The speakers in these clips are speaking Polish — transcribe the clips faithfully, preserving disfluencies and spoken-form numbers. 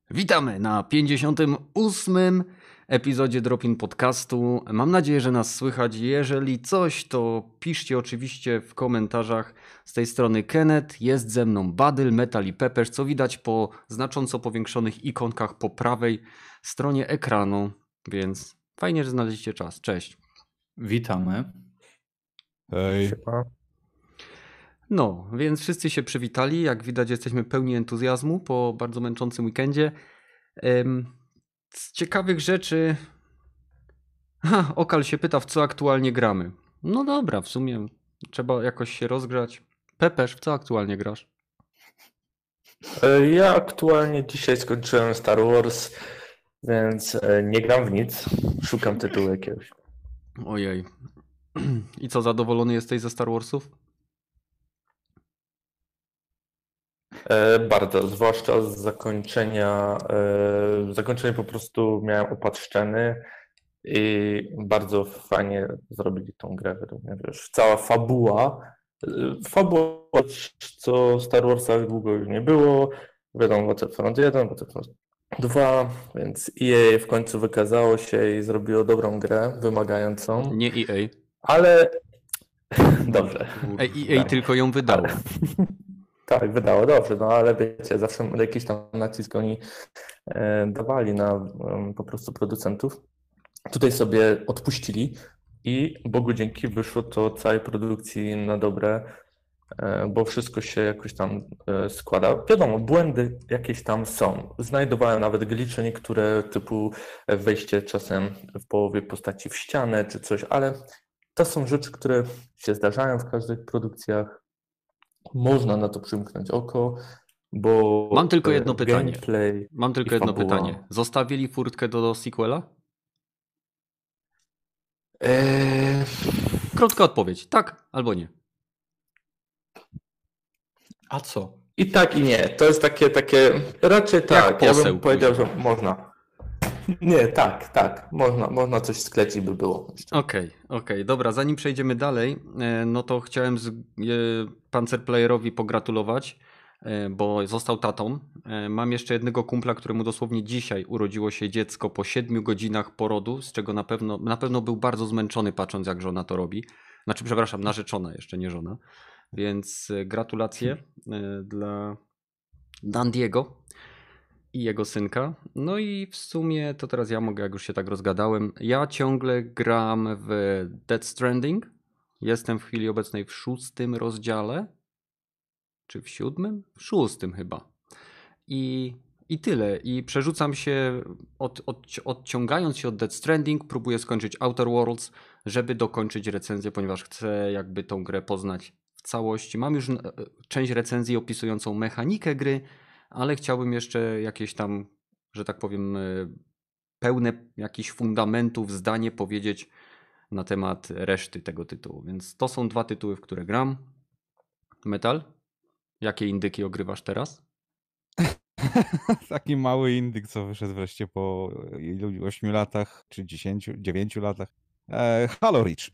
Witamy na pięćdziesiątym ósmym epizodzie Drop-in Podcastu. Mam nadzieję, że nas słychać. Jeżeli coś, to piszcie oczywiście w komentarzach. Z tej strony Kenneth, jest ze mną Badyl, Metal i Pepeż, co widać po znacząco powiększonych ikonkach po prawej stronie ekranu, więc fajnie, że znaleźliście czas. Cześć. Witamy. Hej. No, więc wszyscy się przywitali. Jak widać, jesteśmy pełni entuzjazmu po bardzo męczącym weekendzie. Ym, z ciekawych rzeczy... Ha, Okal się pyta, w co aktualnie gramy. No dobra, w sumie trzeba jakoś się rozgrzać. Pepeż, w co aktualnie grasz? Ja aktualnie dzisiaj skończyłem Star Wars, więc nie gram w nic. Szukam tytułu jakiegoś. Ojej. I co, zadowolony jesteś ze Star Warsów? E, bardzo, zwłaszcza z zakończenia. E, zakończenie po prostu miałem opatrzczeny i bardzo fajnie zrobili tą grę według mnie. Wiesz, cała fabuła. e, Fabuła, co w Star Warsach długo już nie było. Wiadomo, Battlefront jeden, Battlefront dwa, więc E A w końcu wykazało się i zrobiło dobrą grę, wymagającą, Nie E A. ale dobrze. Ej, E A Tak. tylko ją wydało. Tak, wydało dobrze, no ale wiecie, zawsze jakiś tam nacisk oni e, dawali na em, po prostu producentów. Tutaj sobie odpuścili i Bogu dzięki wyszło to całej produkcji na dobre, e, bo wszystko się jakoś tam e, składa. Wiadomo, błędy jakieś tam są. Znajdowałem nawet glicze niektóre, typu wejście czasem w połowie postaci w ścianę czy coś, ale to są rzeczy, które się zdarzają w każdych produkcjach. Można na to przymknąć oko, bo Mam tylko e, jedno pytanie. gameplay Mam tylko i jedno fabuła. pytanie. Zostawili furtkę do sequela? Eee, Krótka odpowiedź. Tak albo nie. A co? I tak i nie. To jest takie, takie raczej tak. Ja poseł bym powiedział, później. że można. Nie, tak, tak. Można, można coś sklecić by było. Okej, okej, dobra, zanim przejdziemy dalej, e, no to chciałem z, e, Panzerplayerowi pogratulować, e, bo został tatą. E, Mam jeszcze jednego kumpla, któremu dosłownie dzisiaj urodziło się dziecko po siedmiu godzinach porodu, z czego na pewno, na pewno był bardzo zmęczony, patrząc jak żona to robi. Znaczy, przepraszam, narzeczona, jeszcze nie żona. Więc e, gratulacje e, dla Dandiego i jego synka. No i w sumie to teraz ja mogę, jak już się tak rozgadałem. Ja ciągle gram w Death Stranding. Jestem w chwili obecnej w szóstym rozdziale. Czy w siódmym? W szóstym chyba. I, i tyle. I przerzucam się, od, od, odciągając się od Death Stranding, próbuję skończyć Outer Worlds, żeby dokończyć recenzję, ponieważ chcę jakby tą grę poznać w całości. Mam już e, część recenzji opisującą mechanikę gry, ale chciałbym jeszcze jakieś tam, że tak powiem, e, pełne jakichś fundamentów, zdanie powiedzieć na temat reszty tego tytułu. Więc to są dwa tytuły, w które gram. Metal? Jakie indyki ogrywasz teraz? Taki mały indyk, co wyszedł wreszcie po ilu, ośmiu latach, czy dziesięciu, dziewięciu latach. E, Halo Reach.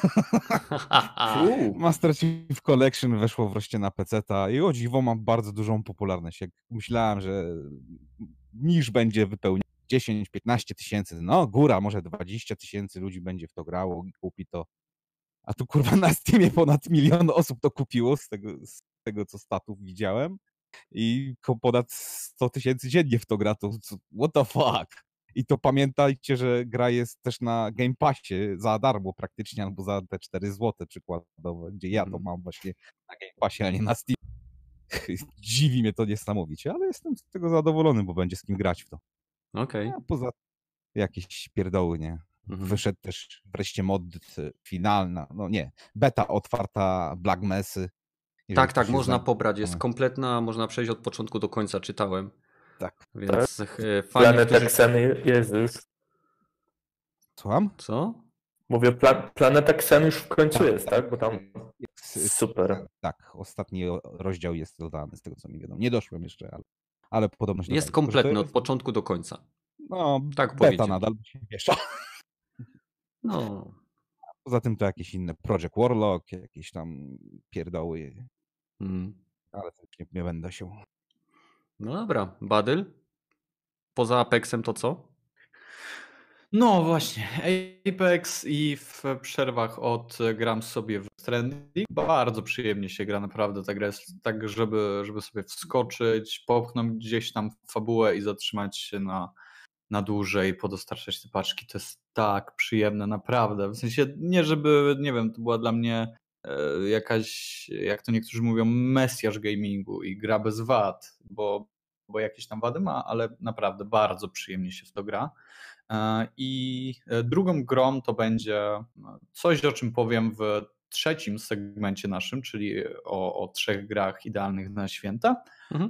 Uuu. Master Chief Collection weszło wreszcie na peceta i o dziwo ma bardzo dużą popularność. Jak myślałem, że niż będzie wypełniony dziesięć piętnaście tysięcy, no góra, może dwadzieścia tysięcy ludzi będzie w to grało i kupi to. A tu kurwa na Steamie ponad milion osób to kupiło z tego, z tego co statów widziałem. I ko- ponad sto tysięcy dziennie w to gra, to co- what the fuck? I to pamiętajcie, że gra jest też na Game Passie za darmo praktycznie, albo za te cztery złote przykładowo, gdzie ja to Mhm. mam właśnie na Game Passie, a nie na Steam. Dziwi mnie to niesamowicie, ale jestem z tego zadowolony, bo będzie z kim grać w to. Okej. A poza jakieś pierdoły, nie? Mhm. Wyszedł też wreszcie mod y, finalna, no nie, beta otwarta Black Messy. Jeżeli Tak, tak, ktoś jest można za- pobrać, jest kompletna, można przejść od początku do końca, czytałem. Tak. Więc e, fani, Planet którzy... Xen jest już. Słucham? Co? Mówię, pla Planet Xen już w końcu Tak, jest, tak? Bo tam Jest- super. Tak, ostatni o- rozdział jest dodany, z tego co mi wiadomo. Nie doszłem jeszcze, ale, ale podobno się Jest dodali. Tylko, że to kompletny od jest, początku do końca. no, tak beta powiedzieli. nadal się wiesza. No, Poza tym to jakieś inne Project Warlock, jakieś tam pierdoły, mm. ale to nie, nie będę się. No dobra, Badyl? poza Apexem to co? No właśnie, Apex i w przerwach od gram sobie w Stranding. Bardzo przyjemnie się gra, naprawdę ta gra jest tak, żeby, żeby sobie wskoczyć, popchnąć gdzieś tam fabułę i zatrzymać się na, na dłużej, podostarczać te paczki. To jest tak przyjemne, naprawdę. W sensie nie żeby, nie wiem, to była dla mnie e, jakaś, jak to niektórzy mówią, mesjasz gamingu i gra bez wad, bo, bo jakieś tam wady ma, ale naprawdę bardzo przyjemnie się w to gra. I drugą grą to będzie coś, o czym powiem w trzecim segmencie naszym, czyli o, o trzech grach idealnych na święta. Mhm.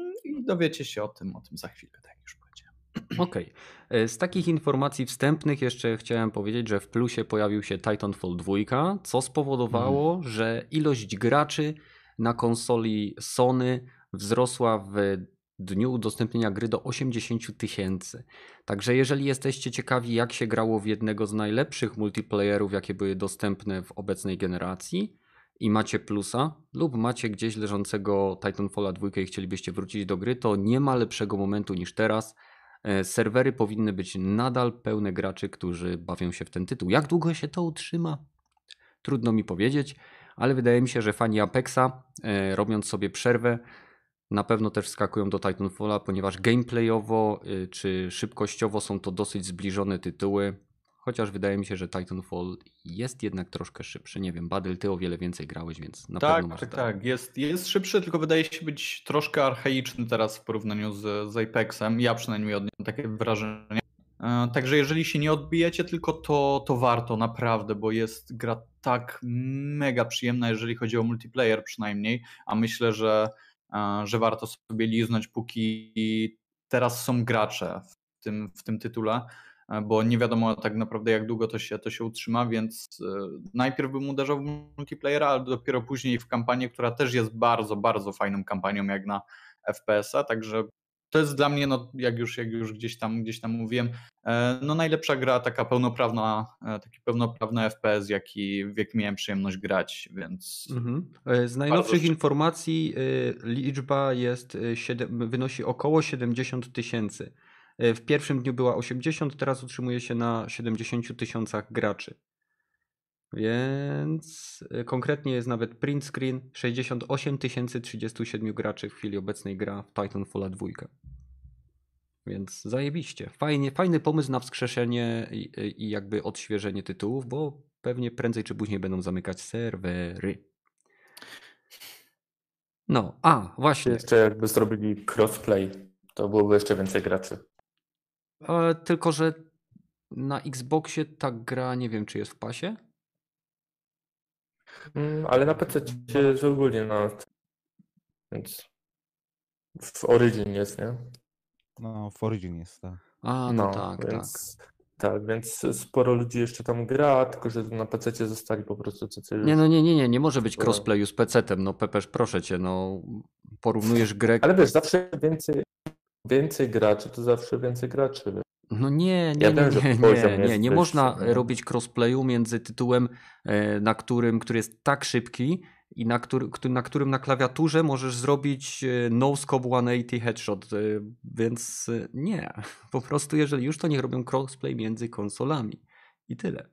I dowiecie się o tym, o tym za chwilkę, tak jak już powiedziałem. Okej. Okay. Z takich informacji wstępnych jeszcze chciałem powiedzieć, że w plusie pojawił się Titanfall dwa, co spowodowało, mm. że ilość graczy na konsoli Sony wzrosła w dniu udostępnienia gry do osiemdziesiąt tysięcy. Także jeżeli jesteście ciekawi, jak się grało w jednego z najlepszych multiplayerów, jakie były dostępne w obecnej generacji i macie plusa lub macie gdzieś leżącego Titanfalla dwa i chcielibyście wrócić do gry, to nie ma lepszego momentu niż teraz. Serwery powinny być nadal pełne graczy, którzy bawią się w ten tytuł. Jak długo się to utrzyma? Trudno mi powiedzieć, ale wydaje mi się, że fani Apexa, e, robiąc sobie przerwę, na pewno też wskakują do Titanfalla, ponieważ gameplayowo y, czy szybkościowo są to dosyć zbliżone tytuły. Chociaż wydaje mi się, że Titanfall jest jednak troszkę szybszy. Nie wiem, Badel, ty o wiele więcej grałeś, więc na tak, pewno masz tak. tak, tak. Jest, jest szybszy, tylko wydaje się być troszkę archaiczny teraz w porównaniu z, z Apexem. Ja przynajmniej odniosłem takie wrażenie. E, także jeżeli się nie odbijecie tylko, to, to warto naprawdę, bo jest gra tak mega przyjemna, jeżeli chodzi o multiplayer przynajmniej, a myślę, że, e, że warto sobie liznąć, póki teraz są gracze w tym, w tym tytule, bo nie wiadomo tak naprawdę jak długo to się, to się utrzyma, więc najpierw bym uderzał w multiplayera, ale dopiero później w kampanię, która też jest bardzo, bardzo fajną kampanią jak na F P S a, także to jest dla mnie, no, jak już, jak już gdzieś tam, gdzieś tam mówiłem, no najlepsza gra, taka pełnoprawna, taki pełnoprawny F P S, jaki, w jaki miałem przyjemność grać, więc... Mhm. Z najnowszych informacji liczba jest, wynosi około siedemdziesiąt tysięcy. W pierwszym dniu była osiemdziesiąt, teraz utrzymuje się na siedemdziesięciu tysiącach graczy. Więc konkretnie jest nawet print screen, sześćdziesiąt osiem tysięcy trzydzieści siedem graczy w chwili obecnej gra w Titanfalla dwa. Więc zajebiście. Fajnie, fajny pomysł na wskrzeszenie i, i jakby odświeżenie tytułów, bo pewnie prędzej czy później będą zamykać serwery. No, a właśnie. Jeszcze jakby zrobili crossplay, to byłoby jeszcze więcej graczy. E, tylko, że na Xboxie ta gra nie wiem, czy jest w pasie. Mm, ale na P C jest ogólnie, no. Więc w Origin jest, nie? No, w Origin jest, tak. A, no, no tak, więc, tak. Tak, więc sporo ludzi jeszcze tam gra, tylko że na P C zostali po prostu tacy już... Nie, no nie, nie, nie, nie może być crossplayu z P C tem, no Pepeż, proszę cię, no porównujesz grę... Ale wiesz, zawsze więcej, więcej graczy, to zawsze więcej graczy. Wiesz. No nie, nie, Ja nie, wiem, nie, nie, nie, nie można wyższy, robić crossplayu między tytułem, na którym, który jest tak szybki i na, który, na którym na klawiaturze możesz zrobić no scope sto osiemdziesiąt headshot, więc nie, po prostu jeżeli już, to niech robią crossplay między konsolami i tyle.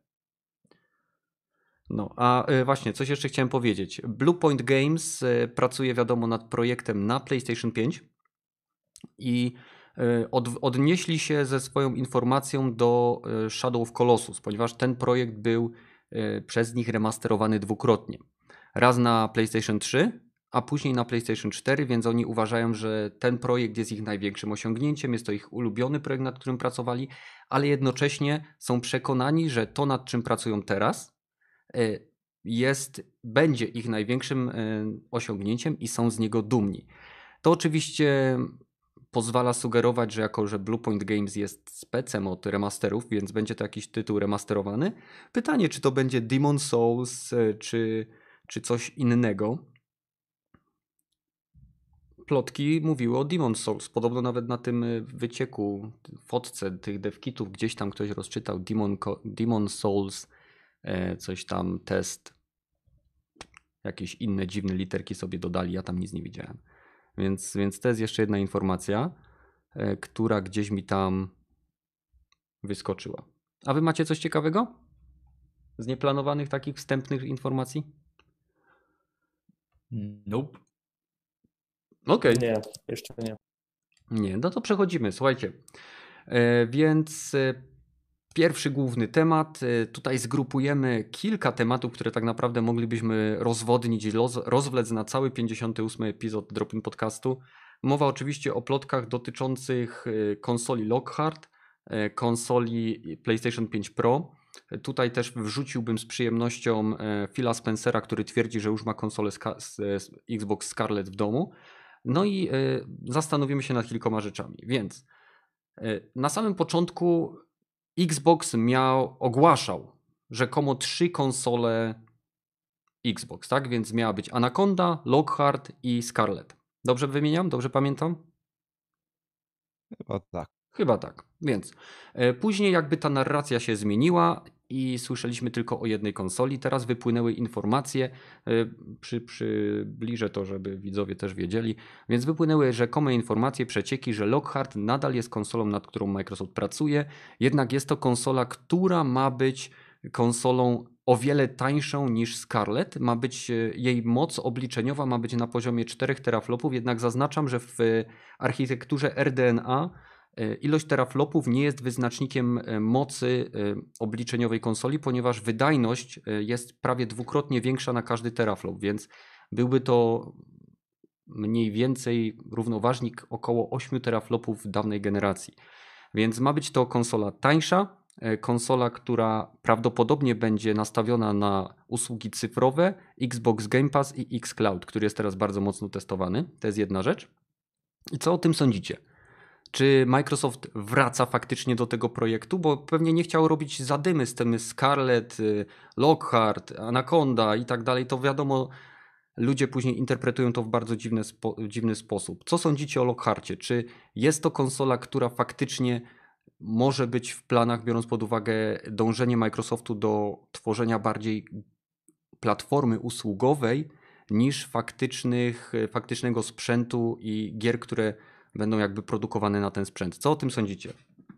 No, a właśnie, coś jeszcze chciałem powiedzieć. Bluepoint Games pracuje, wiadomo, nad projektem na PlayStation pięć i Od, odnieśli się ze swoją informacją do Shadow of Colossus, ponieważ ten projekt był przez nich remasterowany dwukrotnie. Raz na PlayStation trzy, a później na PlayStation cztery, więc oni uważają, że ten projekt jest ich największym osiągnięciem, jest to ich ulubiony projekt, nad którym pracowali, ale jednocześnie są przekonani, że to, nad czym pracują teraz, jest, będzie ich największym osiągnięciem i są z niego dumni. To oczywiście pozwala sugerować, że jako, że Bluepoint Games jest specem od remasterów, więc będzie to jakiś tytuł remasterowany. Pytanie, czy to będzie Demon's Souls, czy, czy coś innego. Plotki mówiły o Demon's Souls. Podobno nawet na tym wycieku, fotce tych devkitów gdzieś tam ktoś rozczytał Demon, Demon's Souls, coś tam, test. Jakieś inne dziwne literki sobie dodali, ja tam nic nie widziałem. Więc, więc to jest jeszcze jedna informacja. e, która gdzieś mi tam wyskoczyła. A wy macie coś ciekawego? Z nieplanowanych takich wstępnych informacji? Nope. Okej. Nie, jeszcze nie. Nie, no to przechodzimy. Słuchajcie. E, więc e, pierwszy główny temat. E, tutaj zgrupujemy kilka tematów, które tak naprawdę moglibyśmy rozwodnić i roz, rozwlec na cały pięćdziesiąty ósmy epizod Drop-in Podcastu. Mowa oczywiście o plotkach dotyczących e, konsoli Lockhart, e, konsoli PlayStation pięć Pro. E, Tutaj też wrzuciłbym z przyjemnością e, Phila Spencera, który twierdzi, że już ma konsolę Ska- z, z Xbox Scarlett w domu. No i y, zastanowimy się nad kilkoma rzeczami. Więc y, na samym początku Xbox miał, ogłaszał rzekomo trzy konsole Xbox, tak? Więc miała być Anaconda, Lockhart i Scarlett. Dobrze wymieniam? Dobrze pamiętam? Chyba tak. Chyba tak. Więc y, później jakby ta narracja się zmieniła i słyszeliśmy tylko o jednej konsoli. Teraz wypłynęły informacje, y, przy, przybliżę to, żeby widzowie też wiedzieli, więc wypłynęły rzekome informacje, przecieki, że Lockhart nadal jest konsolą, nad którą Microsoft pracuje, jednak jest to konsola, która ma być konsolą o wiele tańszą niż Scarlett. Ma być, y, jej moc obliczeniowa ma być na poziomie czterech teraflopów, jednak zaznaczam, że w y, architekturze R D N A ilość teraflopów nie jest wyznacznikiem mocy obliczeniowej konsoli, ponieważ wydajność jest prawie dwukrotnie większa na każdy teraflop, więc byłby to mniej więcej równoważnik około ośmiu teraflopów dawnej generacji. Więc ma być to konsola tańsza, konsola, która prawdopodobnie będzie nastawiona na usługi cyfrowe, Xbox Game Pass i xCloud, który jest teraz bardzo mocno testowany. To jest jedna rzecz. I co o tym sądzicie? Czy Microsoft wraca faktycznie do tego projektu? Bo pewnie nie chciał robić zadymy z tym Scarlett, Lockhart, Anaconda i tak dalej. To wiadomo, ludzie później interpretują to w bardzo dziwny, spo, dziwny sposób. Co sądzicie o Lockharcie? Czy jest to konsola, która faktycznie może być w planach, biorąc pod uwagę dążenie Microsoftu do tworzenia bardziej platformy usługowej niż faktycznych, faktycznego sprzętu i gier, które będą jakby produkowane na ten sprzęt. Co o tym sądzicie?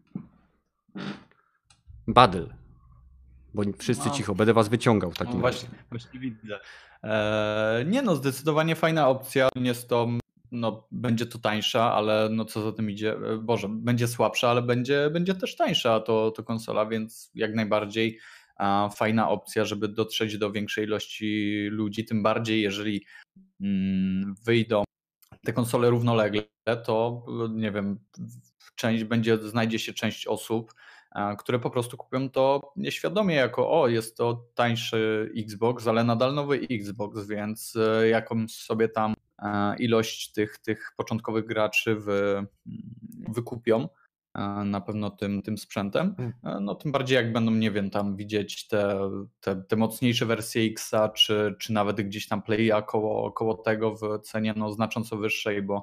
Badyl. Bo wszyscy No. cicho, będę was wyciągał w takim No razie. właśnie, właśnie widzę. Eee, nie no, zdecydowanie fajna opcja. Jest to, no, będzie to tańsza, ale no co za tym idzie, Boże, będzie słabsza, ale będzie, będzie też tańsza to, to konsola, więc jak najbardziej a, fajna opcja, żeby dotrzeć do większej ilości ludzi, tym bardziej jeżeli mm, wyjdą te konsole równolegle, to nie wiem, część będzie, znajdzie się część osób, które po prostu kupią to nieświadomie jako o, jest to tańszy Xbox, ale nadal nowy Xbox, więc jakąś sobie tam ilość tych, tych początkowych graczy wy, wykupią na pewno tym, tym sprzętem, no tym bardziej jak będą, nie wiem, tam widzieć te, te, te mocniejsze wersje X-a, czy, czy nawet gdzieś tam Playa koło, koło tego w cenie no, znacząco wyższej, bo,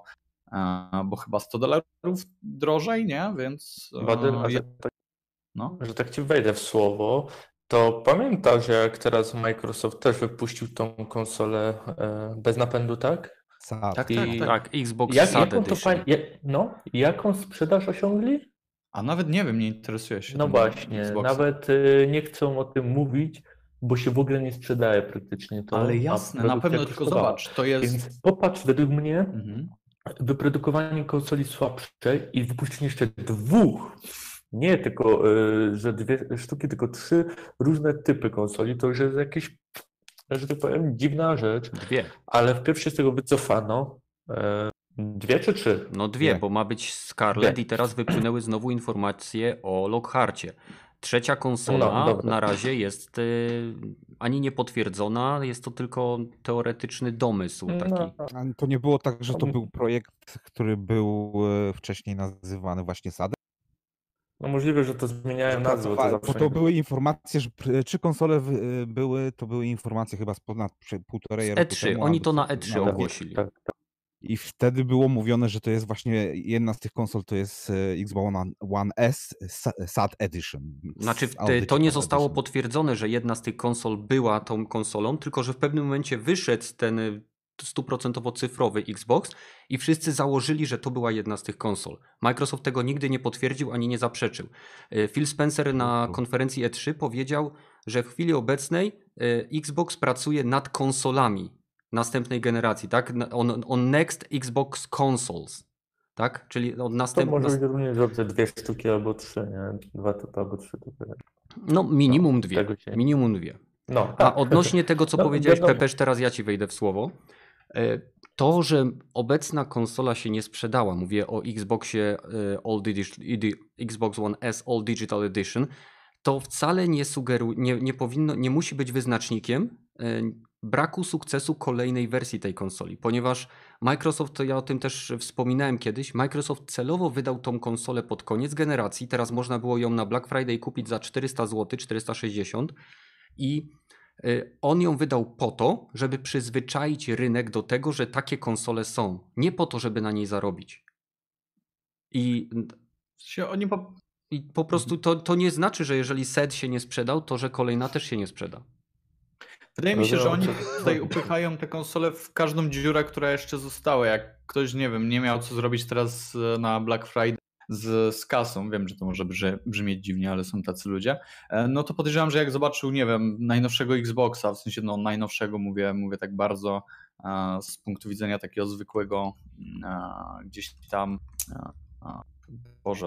bo chyba sto dolarów drożej, nie? Więc Badyl, a je, że, tak, no. że tak ci wejdę w słowo, to pamiętasz, jak teraz Microsoft też wypuścił tą konsolę e, bez napędu, tak? Tak, tak, I tak. Tak, Xbox Jak, Sad jaką to Edition. faj... jak, no, jaką sprzedaż osiągli? A nawet nie wiem, nie interesuje się No tym właśnie, Xboxem. nawet y, nie chcą o tym mówić, bo się w ogóle nie sprzedaje praktycznie to. Ale a jasne, na produkcja pewno, tylko kosztowała. zobacz, to jest... Więc popatrz, według mnie Mhm. wyprodukowanie konsoli słabszej i wypuszczenie jeszcze dwóch, nie tylko, y, że dwie sztuki, tylko trzy różne typy konsoli, to już jest jakieś, że tak powiem, dziwna rzecz, Dwie. ale wpierw się z tego wycofano. Y, dwie czy trzy? No dwie, Dwie. bo ma być Scarlett Dwie. i teraz wypłynęły znowu informacje o Lockharcie. Trzecia konsola No, dobra. na razie jest y, ani nie potwierdzona, jest to tylko teoretyczny domysł taki. No, A to nie było tak, że to No, był projekt, który był e, wcześniej nazywany właśnie sadem? no możliwe, że to zmieniają nazwę, bo to Bo zawsze... to były informacje, że pr- trzy konsole w- e, były, to były informacje chyba z ponad prze- półtorej roku E trzy, temu. oni albo to na coś- E trzy no, ogłosili. Tak, tak. I wtedy było mówione, że to jest właśnie jedna z tych konsol, to jest e, Xbox One, One S Sa- Sad Edition. Znaczy S- te, to nie Digital zostało Edition. potwierdzone, że jedna z tych konsol była tą konsolą, tylko że w pewnym momencie wyszedł ten stuprocentowo cyfrowy Xbox i wszyscy założyli, że to była jedna z tych konsol. Microsoft tego nigdy nie potwierdził ani nie zaprzeczył. Phil Spencer na konferencji E trzy powiedział, że w chwili obecnej Xbox pracuje nad konsolami następnej generacji, tak? On, on next Xbox consoles, tak? Czyli od To następnej. może być również dobrze dwie sztuki albo trzy, nie? Dwa typy albo trzy typy. No minimum No, dwie. tego się- Minimum dwie. No, A tak. odnośnie tego, co No, powiedziałeś, wiadomo. Pepeż, teraz ja ci wejdę w słowo. E, To, że obecna konsola się nie sprzedała, mówię o Xboxie e, All Digi- Xbox One S All Digital Edition, to wcale nie sugeruje, nie, nie powinno, nie musi być wyznacznikiem e, braku sukcesu kolejnej wersji tej konsoli, ponieważ Microsoft, to ja o tym też wspominałem kiedyś, Microsoft celowo wydał tą konsolę pod koniec generacji, teraz można było ją na Black Friday kupić za czterysta złotych, czterysta sześćdziesiąt i y, on ją wydał po to, żeby przyzwyczaić rynek do tego, że takie konsole są, nie po to, żeby na niej zarobić. I Się oni po... i po prostu to, to nie znaczy, że jeżeli set się nie sprzedał, to że kolejna też się nie sprzeda. Wydaje mi się, że oni Rozumiem. tutaj upychają te konsole w każdą dziurę, która jeszcze została. Jak ktoś, nie wiem, nie miał co zrobić teraz e, na Black Friday z, z kasą, wiem, że to może brze- brzmieć dziwnie, ale są tacy ludzie, e, no to podejrzewam, że jak zobaczył, nie wiem, najnowszego Xboxa, w sensie no najnowszego mówię, mówię tak bardzo e, z punktu widzenia takiego zwykłego e, gdzieś tam, e, e, Boże,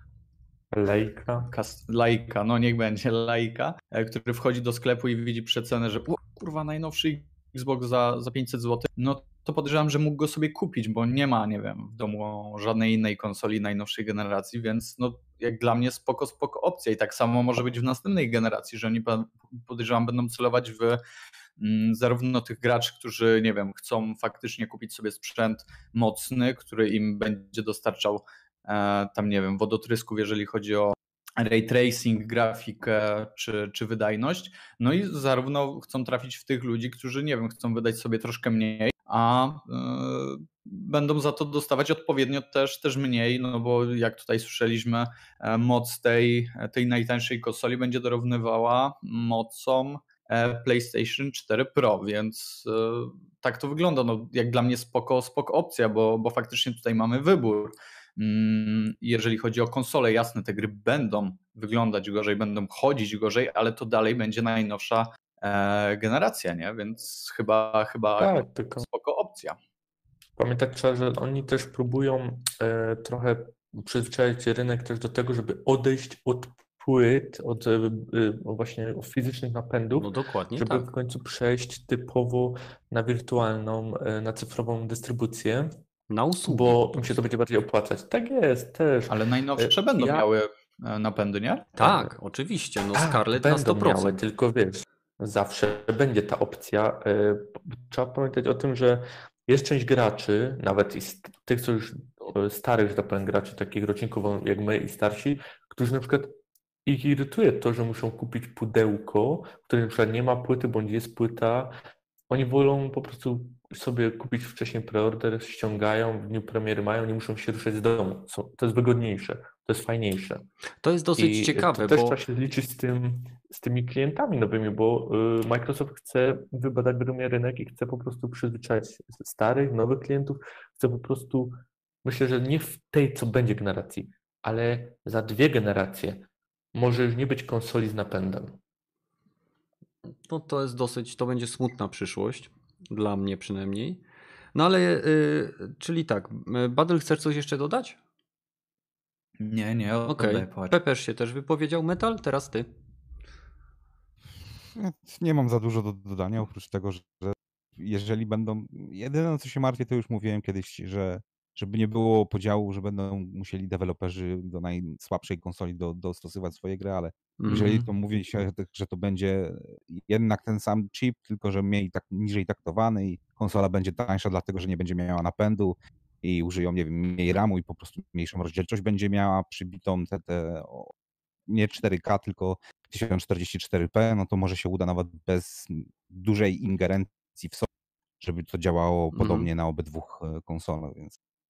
Lejka. kas- laika, no niech będzie laika, e, który wchodzi do sklepu i widzi przecenę, że o, kurwa, najnowszy Xbox za, za pięćset złotych, no to podejrzewam, że mógł go sobie kupić, bo nie ma, nie wiem, w domu żadnej innej konsoli najnowszej generacji, więc no jak dla mnie spoko, spoko opcja i tak samo może być w następnej generacji, że oni pa- podejrzewam będą celować w mm, zarówno tych graczy, którzy, nie wiem, chcą faktycznie kupić sobie sprzęt mocny, który im będzie dostarczał e, tam, nie wiem, wodotrysków, jeżeli chodzi o ray tracing, grafikę czy, czy wydajność. No i zarówno chcą trafić w tych ludzi, którzy, nie wiem, chcą wydać sobie troszkę mniej, a y, będą za to dostawać odpowiednio też, też mniej, no bo jak tutaj słyszeliśmy, e, moc tej, tej najtańszej konsoli będzie dorównywała mocą e, PlayStation cztery Pro, więc y, tak to wygląda. No, jak dla mnie spoko, spoko opcja, bo, bo faktycznie tutaj mamy wybór. Jeżeli chodzi o konsole, jasne, te gry będą wyglądać gorzej, będą chodzić gorzej, ale to dalej będzie najnowsza e, generacja, nie? Więc chyba, chyba Tak, tylko spoko opcja. pamiętać trzeba, że oni też próbują e, trochę przyzwyczaić rynek też do tego, żeby odejść od płyt, od e, e, właśnie od fizycznych napędów, No dokładnie żeby tak. w końcu przejść typowo na wirtualną, e, na cyfrową dystrybucję, Na usługi. bo im się to będzie bardziej opłacać. Tak jest, też. Ale najnowsze E, będą ja- miały e, napędy, nie? Tak, oczywiście. No Tak, Scarlett na będą sto procent. miały, tylko wiesz, zawsze będzie ta opcja. e, Trzeba pamiętać o tym, że jest część graczy, nawet i z tych, co już e, starych, że tak powiem, graczy, takich roczników jak my i starsi, którzy na przykład ich irytuje to, że muszą kupić pudełko, w którym na przykład nie ma płyty, bądź jest płyta. Oni wolą po prostu sobie kupić wcześniej preorder, ściągają, w dniu premiery mają, nie muszą się ruszać z domu. Są- To jest wygodniejsze, to jest fajniejsze. To jest dosyć I ciekawe, to też bo trzeba się liczyć z tym, z tymi klientami nowymi, bo y, Microsoft chce wybadać według mnie rynek i chce po prostu przyzwyczaić starych, nowych klientów. Chce po prostu, myślę, że nie w tej, co będzie generacji, ale za dwie generacje może już nie być konsoli z napędem. no, to jest dosyć, to będzie smutna przyszłość. Dla mnie przynajmniej. No ale, y, czyli tak, y, Badel, chcesz coś jeszcze dodać? Nie, nie, Okej. oddaję pałeczkę. Pepeż się też wypowiedział. Metal, teraz ty. Nie mam za dużo do dodania, oprócz tego, że jeżeli będą. Jedyne, co się martwię, to już mówiłem kiedyś, że żeby nie było podziału, że będą musieli deweloperzy do najsłabszej konsoli do, dostosować swoje gry, ale jeżeli Mhm. to mówi się, że to będzie jednak ten sam chip, tylko że mniej tak, niżej taktowany i konsola będzie tańsza, dlatego że nie będzie miała napędu i użyją, nie wiem, mniej ramu i po prostu mniejszą rozdzielczość będzie miała przybitą te, te o, nie cztery K, tylko tysiąc czterdzieści cztery p, no to może się uda nawet bez dużej ingerencji w sobie, żeby to działało Mhm. podobnie na obydwu e, konsolach, więc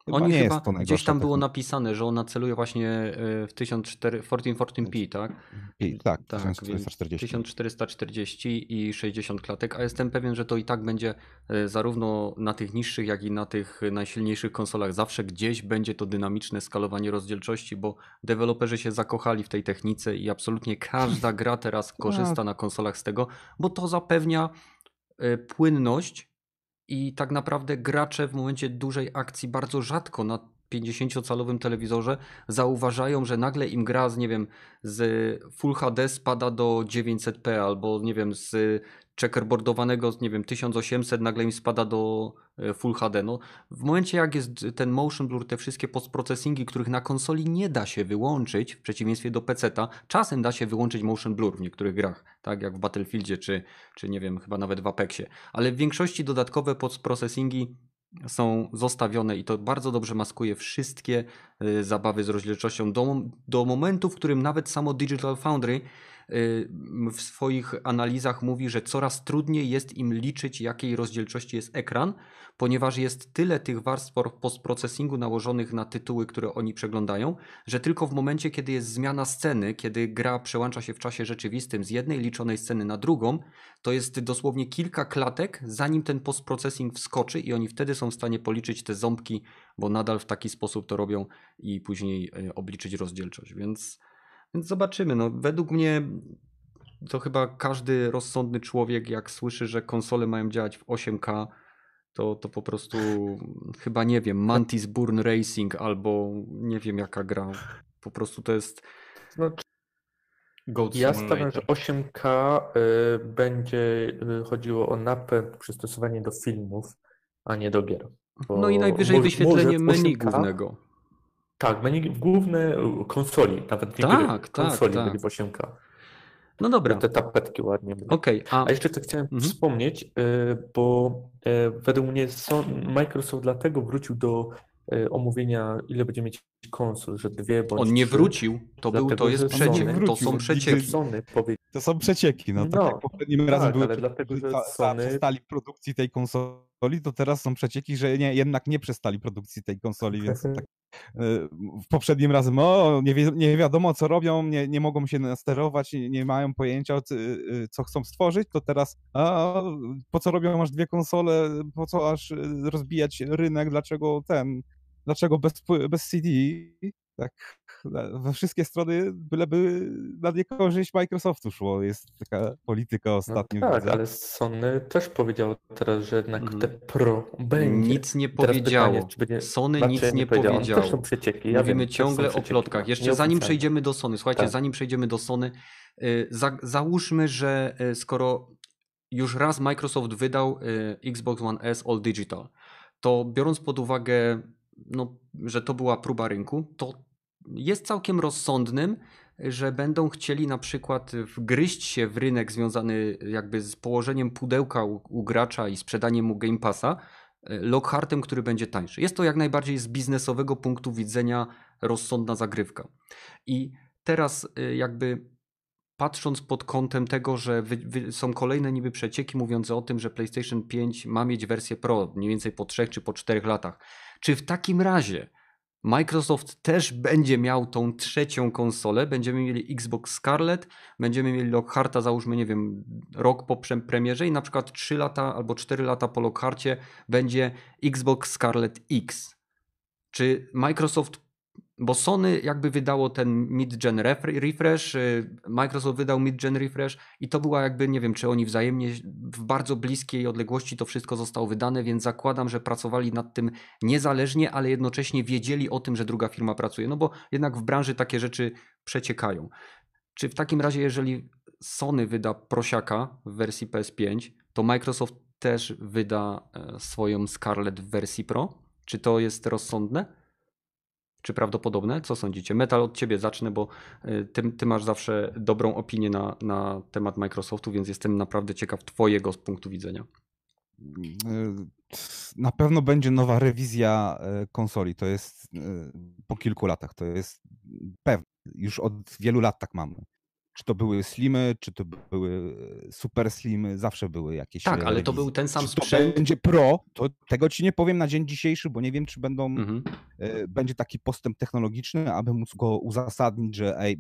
Chyba Oni nie chyba, jest to gdzieś najgorsza tam było technologia. napisane, że ona celuje właśnie e, w tysiąc czterysta P, tak? I- Tak, Tak, tysiąc więc czterysta czterdzieści. tysiąc czterysta czterdzieści i sześćdziesiąt klatek, a jestem pewien, że to i tak będzie e, zarówno na tych niższych, jak i na tych najsilniejszych konsolach. Zawsze gdzieś będzie to dynamiczne skalowanie rozdzielczości, bo deweloperzy się zakochali w tej technice i absolutnie każda gra teraz korzysta na konsolach z tego, bo to zapewnia e, płynność i tak naprawdę gracze w momencie dużej akcji bardzo rzadko na pięćdziesięciocalowym telewizorze zauważają, że nagle im gra z, nie wiem, z Full H D spada do dziewięćset p albo, nie wiem, z checkerboardowanego, nie wiem, tysiąc osiemset nagle im spada do e, Full H D. No, w momencie jak jest ten motion blur, te wszystkie postprocessingi, których na konsoli nie da się wyłączyć, w przeciwieństwie do peceta, czasem da się wyłączyć motion blur w niektórych grach, tak jak w Battlefieldzie czy, czy nie wiem, chyba nawet w Apexie, ale w większości dodatkowe postprocessingi są zostawione i to bardzo dobrze maskuje wszystkie y, zabawy z rozdzielczością do, do momentu, w którym nawet samo Digital Foundry y, w swoich analizach mówi, że coraz trudniej jest im liczyć, jakiej rozdzielczości jest ekran, ponieważ jest tyle tych warstw postprocesingu nałożonych na tytuły, które oni przeglądają, że tylko w momencie, kiedy jest zmiana sceny, kiedy gra przełącza się w czasie rzeczywistym z jednej liczonej sceny na drugą, to jest dosłownie kilka klatek, zanim ten postprocessing wskoczy i oni wtedy są w stanie policzyć te ząbki, bo nadal w taki sposób to robią i później e, obliczyć rozdzielczość. Więc, więc zobaczymy. No, według mnie to chyba każdy rozsądny człowiek, jak słyszy, że konsole mają działać w osiem K, to, to po prostu chyba nie wiem, Mantis Burn Racing albo nie wiem jaka gra. Po prostu to jest... No, Goat ja Simulator. stawiam, że osiem K y, będzie y, chodziło o napęd, przystosowanie do filmów, a nie do gier. Bo No i najwyżej może- wyświetlenie może w menu osiem K głównego. Tak, menu główne y, konsoli, nawet nie Tak, gry, tak, konsoli tak. będzie w osiem K. No dobra, Te tapetki ładnie były. okej, a A jeszcze co chciałem Mhm. wspomnieć, y, bo y, według mnie Son- Microsoft dlatego wrócił do y, omówienia, ile będzie mieć konsol, że dwie bądź on nie trzy. wrócił, to, był, Dlatego, to jest że przeciek, Sony- to wrócił, są nigdy- przecieki. Sony powie... To są przecieki, no tak No, jak poprzednim razem tak, były ale przecieki, dlatego, że za, Sony- za przestali produkcji tej konsoli, to teraz są przecieki, że nie, jednak nie przestali produkcji tej konsoli, więc tak e, w poprzednim razem o, nie, wi- nie wiadomo co robią, nie, nie mogą się nasterować, nie, nie mają pojęcia co, e, co chcą stworzyć, to teraz a, po co robią aż dwie konsole, po co aż e, rozbijać rynek, dlaczego ten, dlaczego bez, pły- bez C D, tak we wszystkie strony, byleby na niekorzyść Microsoftu szło. Jest taka polityka No ostatnio, tak, widzę. ale Sony też powiedział teraz, że jednak Mhm. te Pro będzie. Nic nie Teraz powiedziało. pytanie, czy będzie- Sony znaczy, nic nie powiedziało. powiedziało. Też są przecieki, ja Mówimy wiem, też są ciągle o przecieki, plotkach. no, Jeszcze zanim nieoficjalnie. przejdziemy do Sony, słuchajcie, Tak. zanim przejdziemy do Sony, y, za, załóżmy, że y, skoro już raz Microsoft wydał y, Xbox One S All Digital, to biorąc pod uwagę, no, że to była próba rynku, to jest całkiem rozsądnym, że będą chcieli na przykład wgryźć się w rynek związany jakby z położeniem pudełka u, u gracza i sprzedaniem mu Game Passa y, Lockhartem, który będzie tańszy. Jest to jak najbardziej z biznesowego punktu widzenia rozsądna zagrywka. I teraz y, jakby patrząc pod kątem tego, że wy, wy, są kolejne niby przecieki mówiące o tym, że PlayStation pięć ma mieć wersję Pro mniej więcej po trzech czy po czterech latach. Czy w takim razie Microsoft też będzie miał tą trzecią konsolę? Będziemy mieli Xbox Scarlet, będziemy mieli Lockharta, załóżmy, nie wiem, rok po prze- premierze i na przykład trzy lata albo cztery lata po Lockharcie będzie Xbox Scarlet X. Czy Microsoft, bo Sony jakby wydało ten mid-gen ref- refresh, y, Microsoft wydał mid-gen refresh i to była jakby, nie wiem, czy oni wzajemnie w bardzo bliskiej odległości to wszystko zostało wydane, więc zakładam, że pracowali nad tym niezależnie, ale jednocześnie wiedzieli o tym, że druga firma pracuje, no bo jednak w branży takie rzeczy przeciekają. Czy w takim razie, jeżeli Sony wyda prosiaka w wersji P S pięć, to Microsoft też wyda e, swoją Scarlett w wersji Pro? Czy to jest rozsądne? Czy prawdopodobne? Co sądzicie? Metal, od ciebie zacznę, bo y, ty, ty masz zawsze dobrą opinię na, na temat Microsoftu, więc jestem naprawdę ciekaw twojego z punktu widzenia. Na pewno będzie nowa rewizja e, konsoli. To jest e, po kilku latach. To jest pewne. Już od wielu lat tak mamy. Czy to były slimy, czy to były super slimy, zawsze były jakieś Tak, ale to rewizje. był ten sam Czy to sprzęt. będzie pro, to tego ci nie powiem na dzień dzisiejszy, bo nie wiem, czy będą, Mhm. e, będzie taki postęp technologiczny, aby móc go uzasadnić, że ej,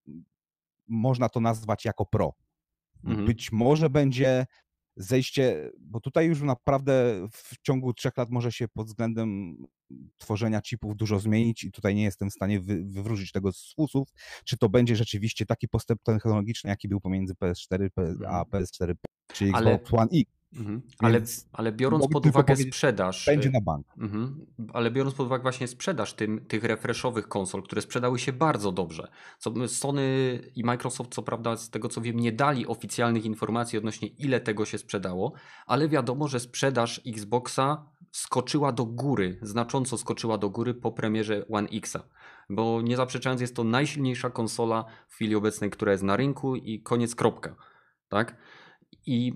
można to nazwać jako pro. Mhm. Być może będzie zejście, bo tutaj już naprawdę w ciągu trzech lat może się pod względem tworzenia chipów dużo zmienić i tutaj nie jestem w stanie wy, wywrócić tego z fusów, czy to będzie rzeczywiście taki postęp technologiczny, jaki był pomiędzy P S cztery a P S cztery czy Ale- Xbox One X. Mhm. Ale, Więc ale biorąc mogę pod tylko uwagę powiedzieć, sprzedaż, będzie y, na bank. mhm. ale biorąc pod uwagę właśnie sprzedaż tym, tych refreshowych konsol, które sprzedały się bardzo dobrze. Co, Sony i Microsoft, co prawda, z tego co wiem, nie dali oficjalnych informacji odnośnie ile tego się sprzedało, ale wiadomo, że sprzedaż Xboxa skoczyła do góry, znacząco skoczyła do góry po premierze One X'a. Bo nie zaprzeczając, jest to najsilniejsza konsola w chwili obecnej, która jest na rynku i koniec, kropka. Tak? I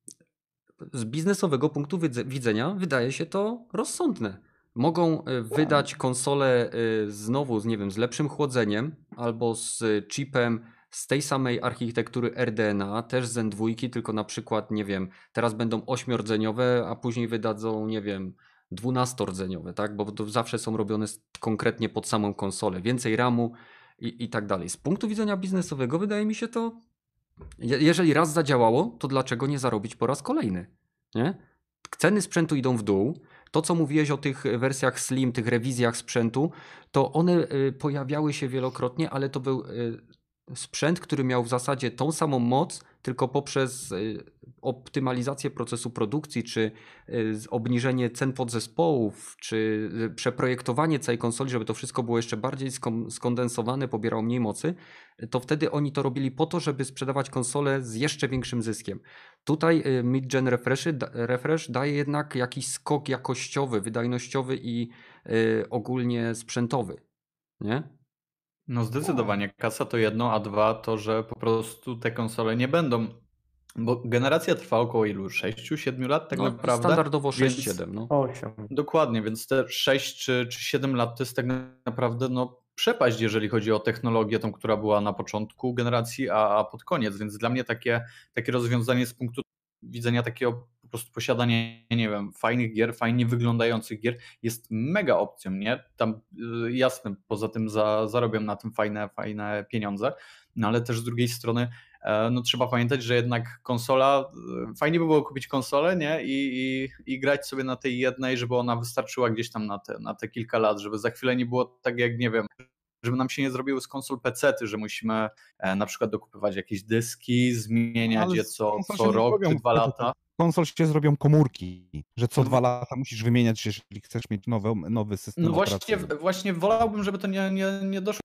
z biznesowego punktu wydze- widzenia wydaje się to rozsądne. Mogą y, wydać konsolę y, znowu z, nie wiem, z lepszym chłodzeniem albo z chipem z tej samej architektury R D N A, też Zen dwa, tylko na przykład, nie wiem, teraz będą ośmiordzeniowe, a później wydadzą, nie wiem, dwunastordzeniowe, tak? Bo to zawsze są robione s- konkretnie pod samą konsolę. Więcej ramu i, i tak dalej. Z punktu widzenia biznesowego wydaje mi się to, je- jeżeli raz zadziałało, to dlaczego nie zarobić po raz kolejny? Nie? Ceny sprzętu idą w dół. To, co mówiłeś o tych wersjach Slim, tych rewizjach sprzętu, to one y, pojawiały się wielokrotnie, ale to był y, sprzęt, który miał w zasadzie tą samą moc, tylko poprzez y, optymalizację procesu produkcji, czy y, z- obniżenie cen podzespołów, czy y, przeprojektowanie całej konsoli, żeby to wszystko było jeszcze bardziej skom- skondensowane, pobierało mniej mocy, to wtedy oni to robili po to, żeby sprzedawać konsolę z jeszcze większym zyskiem. Tutaj y, mid-gen refreshy, da- refresh daje jednak jakiś skok jakościowy, wydajnościowy i y, ogólnie sprzętowy. Nie? No zdecydowanie, kasa to jedno, a dwa to, że po prostu te konsole nie będą, bo generacja trwa około ilu? sześć siedem lat tak No, naprawdę? standardowo sześć Więc- siedem. No. osiem. Dokładnie, więc te sześć czy, czy siedem lat to jest tak naprawdę no, przepaść, jeżeli chodzi o technologię, tą, która była na początku generacji, a, a pod koniec, więc dla mnie takie, takie rozwiązanie z punktu widzenia takiego po prostu posiadania, nie wiem, fajnych gier, fajnie wyglądających gier jest mega opcją, nie? Tam y, jasne, poza tym za, zarobią na tym fajne, fajne pieniądze, no ale też z drugiej strony e, no trzeba pamiętać, że jednak konsola, e, fajnie by było kupić konsolę, nie? I, i, i grać sobie na tej jednej, żeby ona wystarczyła gdzieś tam na te, na te kilka lat, żeby za chwilę nie było tak jak, nie wiem, żeby nam się nie zrobiły z konsol pecety, że musimy e, na przykład dokupywać jakieś dyski, zmieniać Ale je z co, konsol co się nie rok zrobią czy dwa pecety. lata. Konsol się zrobią komórki, że co No. dwa lata musisz wymieniać, jeżeli chcesz mieć nowy, nowy system No właśnie, operacyjny. właśnie wolałbym, żeby to nie, nie, nie doszło.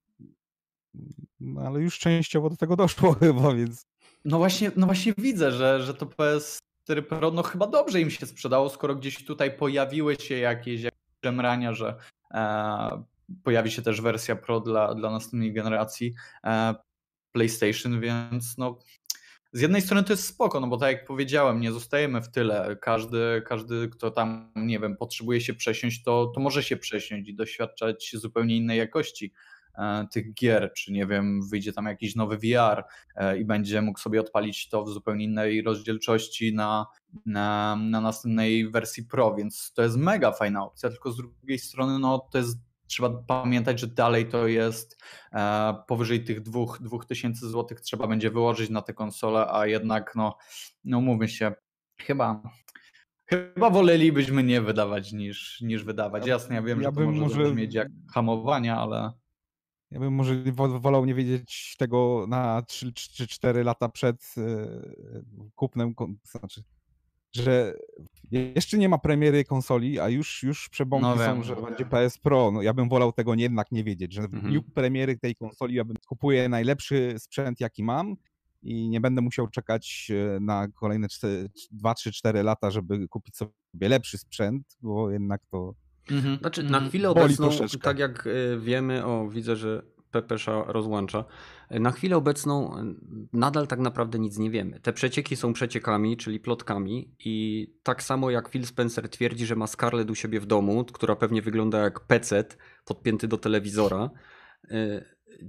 No, ale już częściowo do tego doszło chyba, więc No właśnie, no właśnie widzę, że, że to P S cztery Pro no chyba dobrze im się sprzedało, skoro gdzieś tutaj pojawiły się jakieś, jakieś przemrania, że e, pojawi się też wersja Pro dla, dla następnej generacji e, PlayStation, więc no z jednej strony to jest spoko, no bo tak jak powiedziałem, nie zostajemy w tyle. Każdy, każdy kto tam, nie wiem, potrzebuje się przesiąść, to, to może się przesiąść i doświadczać zupełnie innej jakości e, tych gier, czy nie wiem, wyjdzie tam jakiś nowy V R e, i będzie mógł sobie odpalić to w zupełnie innej rozdzielczości na, na, na następnej wersji Pro, więc to jest mega fajna opcja, tylko z drugiej strony no to jest, trzeba pamiętać, że dalej to jest e, powyżej tych dwóch, dwóch tysięcy złotych trzeba będzie wyłożyć na tę konsolę, a jednak no, no mówmy się, chyba chyba wolelibyśmy nie wydawać niż, niż wydawać. Ja- Jasne, ja wiem, ja że to bym może, może- zabrzmieć jak hamowania, ale ja bym może wo- wolał nie wiedzieć tego na trzy czy cztery lata przed e, kupnem, kon- znaczy, że jeszcze nie ma premiery konsoli, a już, już przebąki No są, wiem, że no będzie wiem. P S Pro. No, ja bym wolał tego jednak nie wiedzieć, że w Mhm. dniu premiery tej konsoli ja bym kupuję najlepszy sprzęt, jaki mam i nie będę musiał czekać e, na kolejne dwa, trzy, cztery lata, żeby kupić sobie lepszy sprzęt, bo jednak to Mhm, Znaczy, na mhm. chwilę Boli obecną, troszeczkę. tak jak y, wiemy, o widzę, że Pepesza rozłącza. Y, Na chwilę obecną y, nadal tak naprawdę nic nie wiemy. Te przecieki są przeciekami, czyli plotkami i tak samo jak Phil Spencer twierdzi, że ma Scarlett u siebie w domu, która pewnie wygląda jak pecet podpięty do telewizora. y,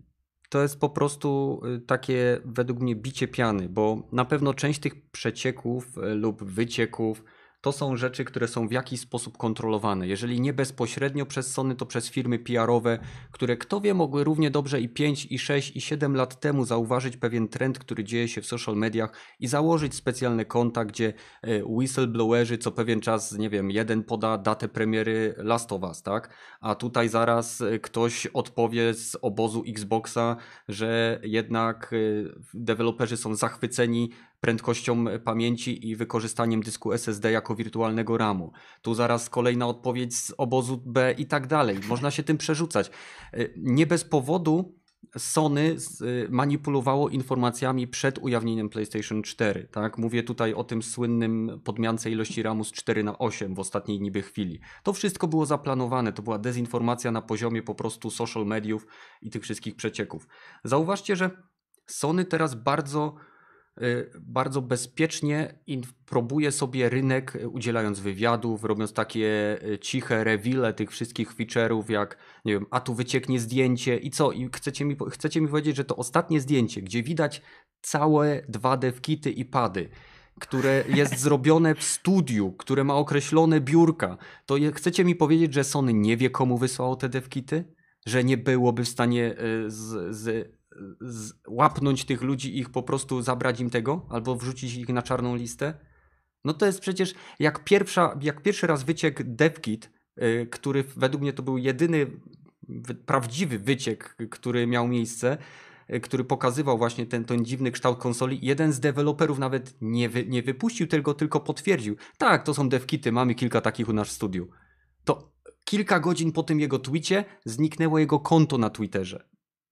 To jest po prostu y, takie według mnie bicie piany, bo na pewno część tych przecieków y, lub wycieków to są rzeczy, które są w jakiś sposób kontrolowane. Jeżeli nie bezpośrednio przez Sony, to przez firmy P R-owe, które kto wie mogły równie dobrze i pięć, i sześć, i siedem lat temu zauważyć pewien trend, który dzieje się w social mediach i założyć specjalne konta, gdzie y, whistleblowerzy co pewien czas, nie wiem, jeden poda datę premiery Last of Us, tak? A tutaj zaraz y, ktoś odpowie z obozu Xboxa, że jednak y, deweloperzy są zachwyceni prędkością pamięci i wykorzystaniem dysku S S D jako wirtualnego ramu. Tu zaraz kolejna odpowiedź z obozu B i tak dalej. Można się tym przerzucać. Y, Nie bez powodu Sony z- y, manipulowało informacjami przed ujawnieniem PlayStation cztery. Tak? Mówię tutaj o tym słynnym podmiance ilości ramu z cztery na osiem w ostatniej niby chwili. To wszystko było zaplanowane. To była dezinformacja na poziomie po prostu social mediów i tych wszystkich przecieków. Zauważcie, że Sony teraz bardzo y, bardzo bezpiecznie inf- próbuje sobie rynek, y, udzielając wywiadów, robiąc takie y, ciche rewile tych wszystkich feature'ów, jak nie wiem, a tu wycieknie zdjęcie i co? I chcecie mi, po- chcecie mi powiedzieć, że to ostatnie zdjęcie, gdzie widać całe dwa D kity i pady, które jest zrobione w studiu, które ma określone biurka, to je, chcecie mi powiedzieć, że Sony nie wie, komu wysłało te devkity? Że nie byłoby w stanie y, z, z, z, łapnąć tych ludzi i ich po prostu zabrać im tego, albo wrzucić ich na czarną listę? No to jest przecież jak, pierwsza, jak pierwszy raz wyciekł DevKit, y, który według mnie to był jedyny wy, prawdziwy wyciek, który miał miejsce, y, który pokazywał właśnie ten, ten dziwny kształt konsoli. Jeden z deweloperów nawet nie, wy, nie wypuścił tego, tylko potwierdził. Tak, to są DevKity, mamy kilka takich u nas w studiu. To kilka godzin po tym jego tweetie zniknęło jego konto na Twitterze.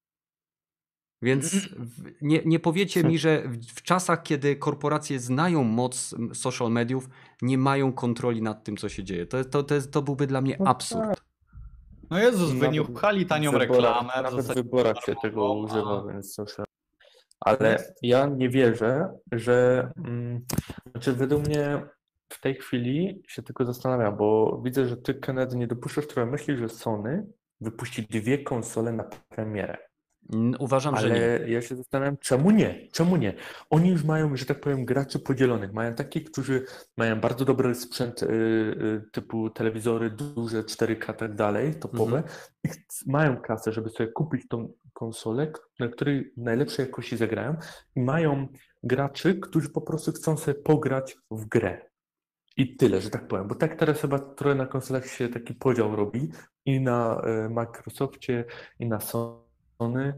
Więc w- nie, nie powiecie mi, że w, w czasach, kiedy korporacje znają moc m, social mediów, nie mają kontroli nad tym, co się dzieje. To, to, to, jest, to byłby dla mnie No absurd. No Jezus, Nawet wyniuchali tanią w wyborach- reklamę. w Nawet w zasadzie wyborach się darmową, tego a- używa, więc social. Ale ja nie wierzę, że. Mm, znaczy, według mnie w tej chwili się tylko zastanawiam, bo widzę, że ty, Kennedy, nie dopuszczasz trochę myśli, że Sony wypuści dwie konsole na premierę. N- Uważam, że nie. Ale ja się zastanawiam, czemu nie? Czemu nie? Oni już mają, że tak powiem, graczy podzielonych. Mają takich, którzy mają bardzo dobry sprzęt y, y, typu telewizory duże, cztery K, tak dalej, topowe. I ch- mają kasę, żeby sobie kupić tą konsolę, k- na której w najlepszej jakości zagrają. I mają graczy, którzy po prostu chcą sobie pograć w grę. I tyle, że tak powiem. Bo tak teraz chyba trochę na konsolach się taki podział robi i na y, Microsoftie, i na Sony.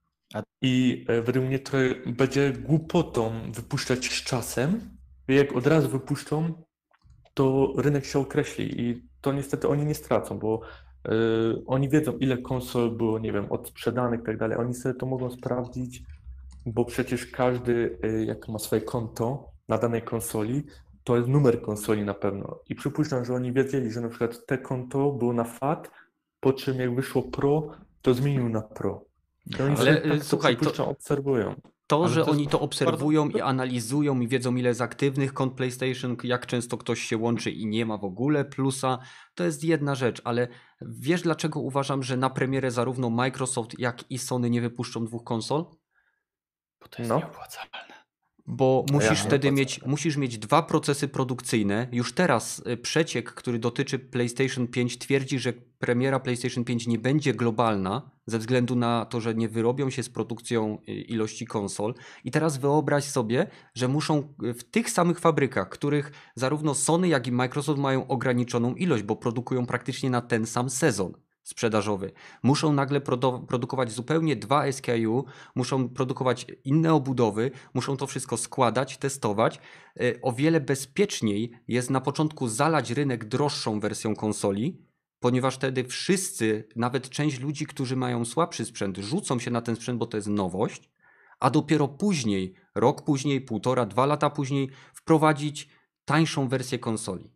I e, według mnie to będzie głupotą wypuszczać z czasem. Jak od razu wypuszczą, to rynek się określi i to niestety oni nie stracą, bo e, oni wiedzą, ile konsol było, nie wiem, odsprzedanych i tak dalej. Oni sobie to mogą sprawdzić, bo przecież każdy, e, jak ma swoje konto na danej konsoli, to jest numer konsoli na pewno. I przypuszczam, że oni wiedzieli, że na przykład te konto było na F A T, po czym jak wyszło Pro, to zmienił na Pro. I oni Ale, sobie tak y, słuchaj, to- przypuszczam, obserwują. To, Ale że to jest oni to obserwują bardzo- i analizują i wiedzą, ile jest aktywnych kont PlayStation, jak często ktoś się łączy i nie ma w ogóle plusa, to jest jedna rzecz, ale wiesz, dlaczego uważam, że na premierę zarówno Microsoft, jak i Sony nie wypuszczą dwóch konsol? Bo to jest No. nieopłacalne. Bo musisz ja wtedy nie mieć, musisz mieć dwa procesy produkcyjne. Już teraz y, przeciek, który dotyczy PlayStation pięć, twierdzi, że premiera PlayStation pięć nie będzie globalna ze względu na to, że nie wyrobią się z produkcją y, ilości konsol. I teraz wyobraź sobie, że muszą y, w tych samych fabrykach, których zarówno Sony, jak i Microsoft mają ograniczoną ilość, bo produkują praktycznie na ten sam sezon sprzedażowy. Muszą nagle produ- produkować zupełnie dwa S K U, muszą produkować inne obudowy, muszą to wszystko składać, testować. Y, O wiele bezpieczniej jest na początku zalać rynek droższą wersją konsoli, ponieważ wtedy wszyscy, nawet część ludzi, którzy mają słabszy sprzęt, rzucą się na ten sprzęt, bo to jest nowość, a dopiero później, rok później, półtora, dwa lata później, wprowadzić tańszą wersję konsoli.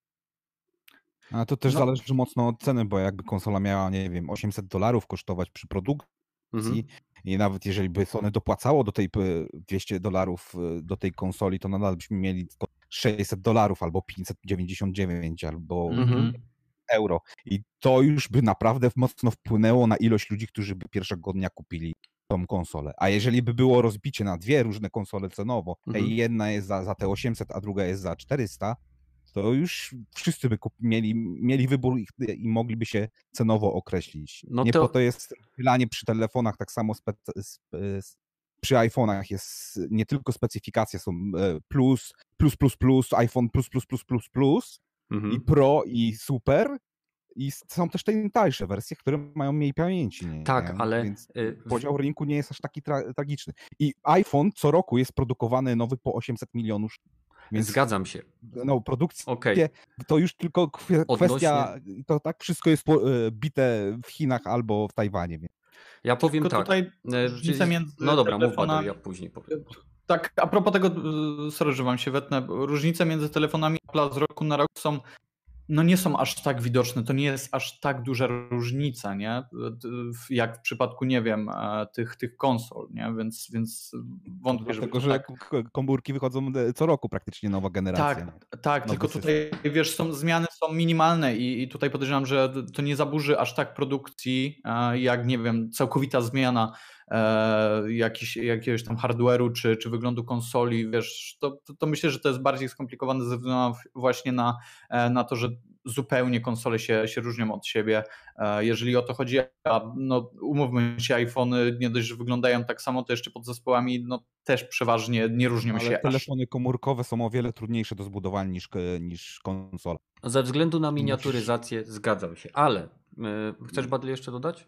A to też No. zależy mocno od ceny, bo jakby konsola miała, nie wiem, osiemset dolarów kosztować przy produkcji Mhm. i nawet jeżeli by Sony dopłacało do tej p- dwieście dolarów y, do tej konsoli, to nadal byśmy mieli tylko sześćset dolarów albo pięćset dziewięćdziesiąt dziewięć albo Mhm. euro. I to już by naprawdę mocno wpłynęło na ilość ludzi, którzy by pierwszego dnia kupili tą konsolę. A jeżeli by było rozbicie na dwie różne konsole cenowo, Mhm. i jedna jest za, za te osiemset, a druga jest za czterysta, to już wszyscy by kup- mieli, mieli wybór i, i mogliby się cenowo określić. No Nie to- po to jest chylanie przy telefonach, tak samo spe, sp, przy iPhone'ach jest nie tylko specyfikacje, są e, plus, plus, plus, plus, iPhone plus, plus, plus, plus, plus Mhm. i Pro i Super. I są też te tańsze wersje, które mają mniej pamięci. Nie? Tak, ale, Więc y, w- podział rynku nie jest aż taki tra- tragiczny. I iPhone co roku jest produkowany nowy po osiemset milionów. Więc Zgadzam się. no, produkcję Okej. to już tylko kwe- Odnośnie- kwestia, to tak wszystko jest po, e, bite w Chinach albo w Tajwanie. Więc. Ja powiem Tylko tak. tutaj e, różnica czy- między No dobra, mów telefonami- Badel, ja później powiem. Tak, a propos tego, y, sorry, że wam się wetnę, różnice między telefonami Apple'a z roku na rok są, no nie są aż tak widoczne, to nie jest aż tak duża różnica, nie? W- Jak w przypadku, nie wiem, e, tych, tych konsol, nie? Więc, więc wątpię, żeby Dlatego, to że tak... k- komórki wychodzą e, co roku praktycznie nowa generacja. Tak, tak, Nowy tylko tutaj, wiesz, są, zmiany są minimalne i, i tutaj podejrzewam, że to nie zaburzy aż tak produkcji, e, jak, nie wiem, całkowita zmiana e, jakiś, jakiegoś tam hardware'u czy, czy wyglądu konsoli, wiesz, to, to, to myślę, że to jest bardziej skomplikowane ze względu na- właśnie na, e, na to, że zupełnie konsole się, się różnią od siebie. E, Jeżeli o to chodzi, a no umówmy się, iPhony nie dość, że wyglądają tak samo, to jeszcze pod zespołami no też przeważnie nie różnią Ale się aż telefony komórkowe są o wiele trudniejsze do zbudowania niż, niż konsola. Ze względu na miniaturyzację zgadzam się, ale y, chcesz Mm. Badel jeszcze dodać?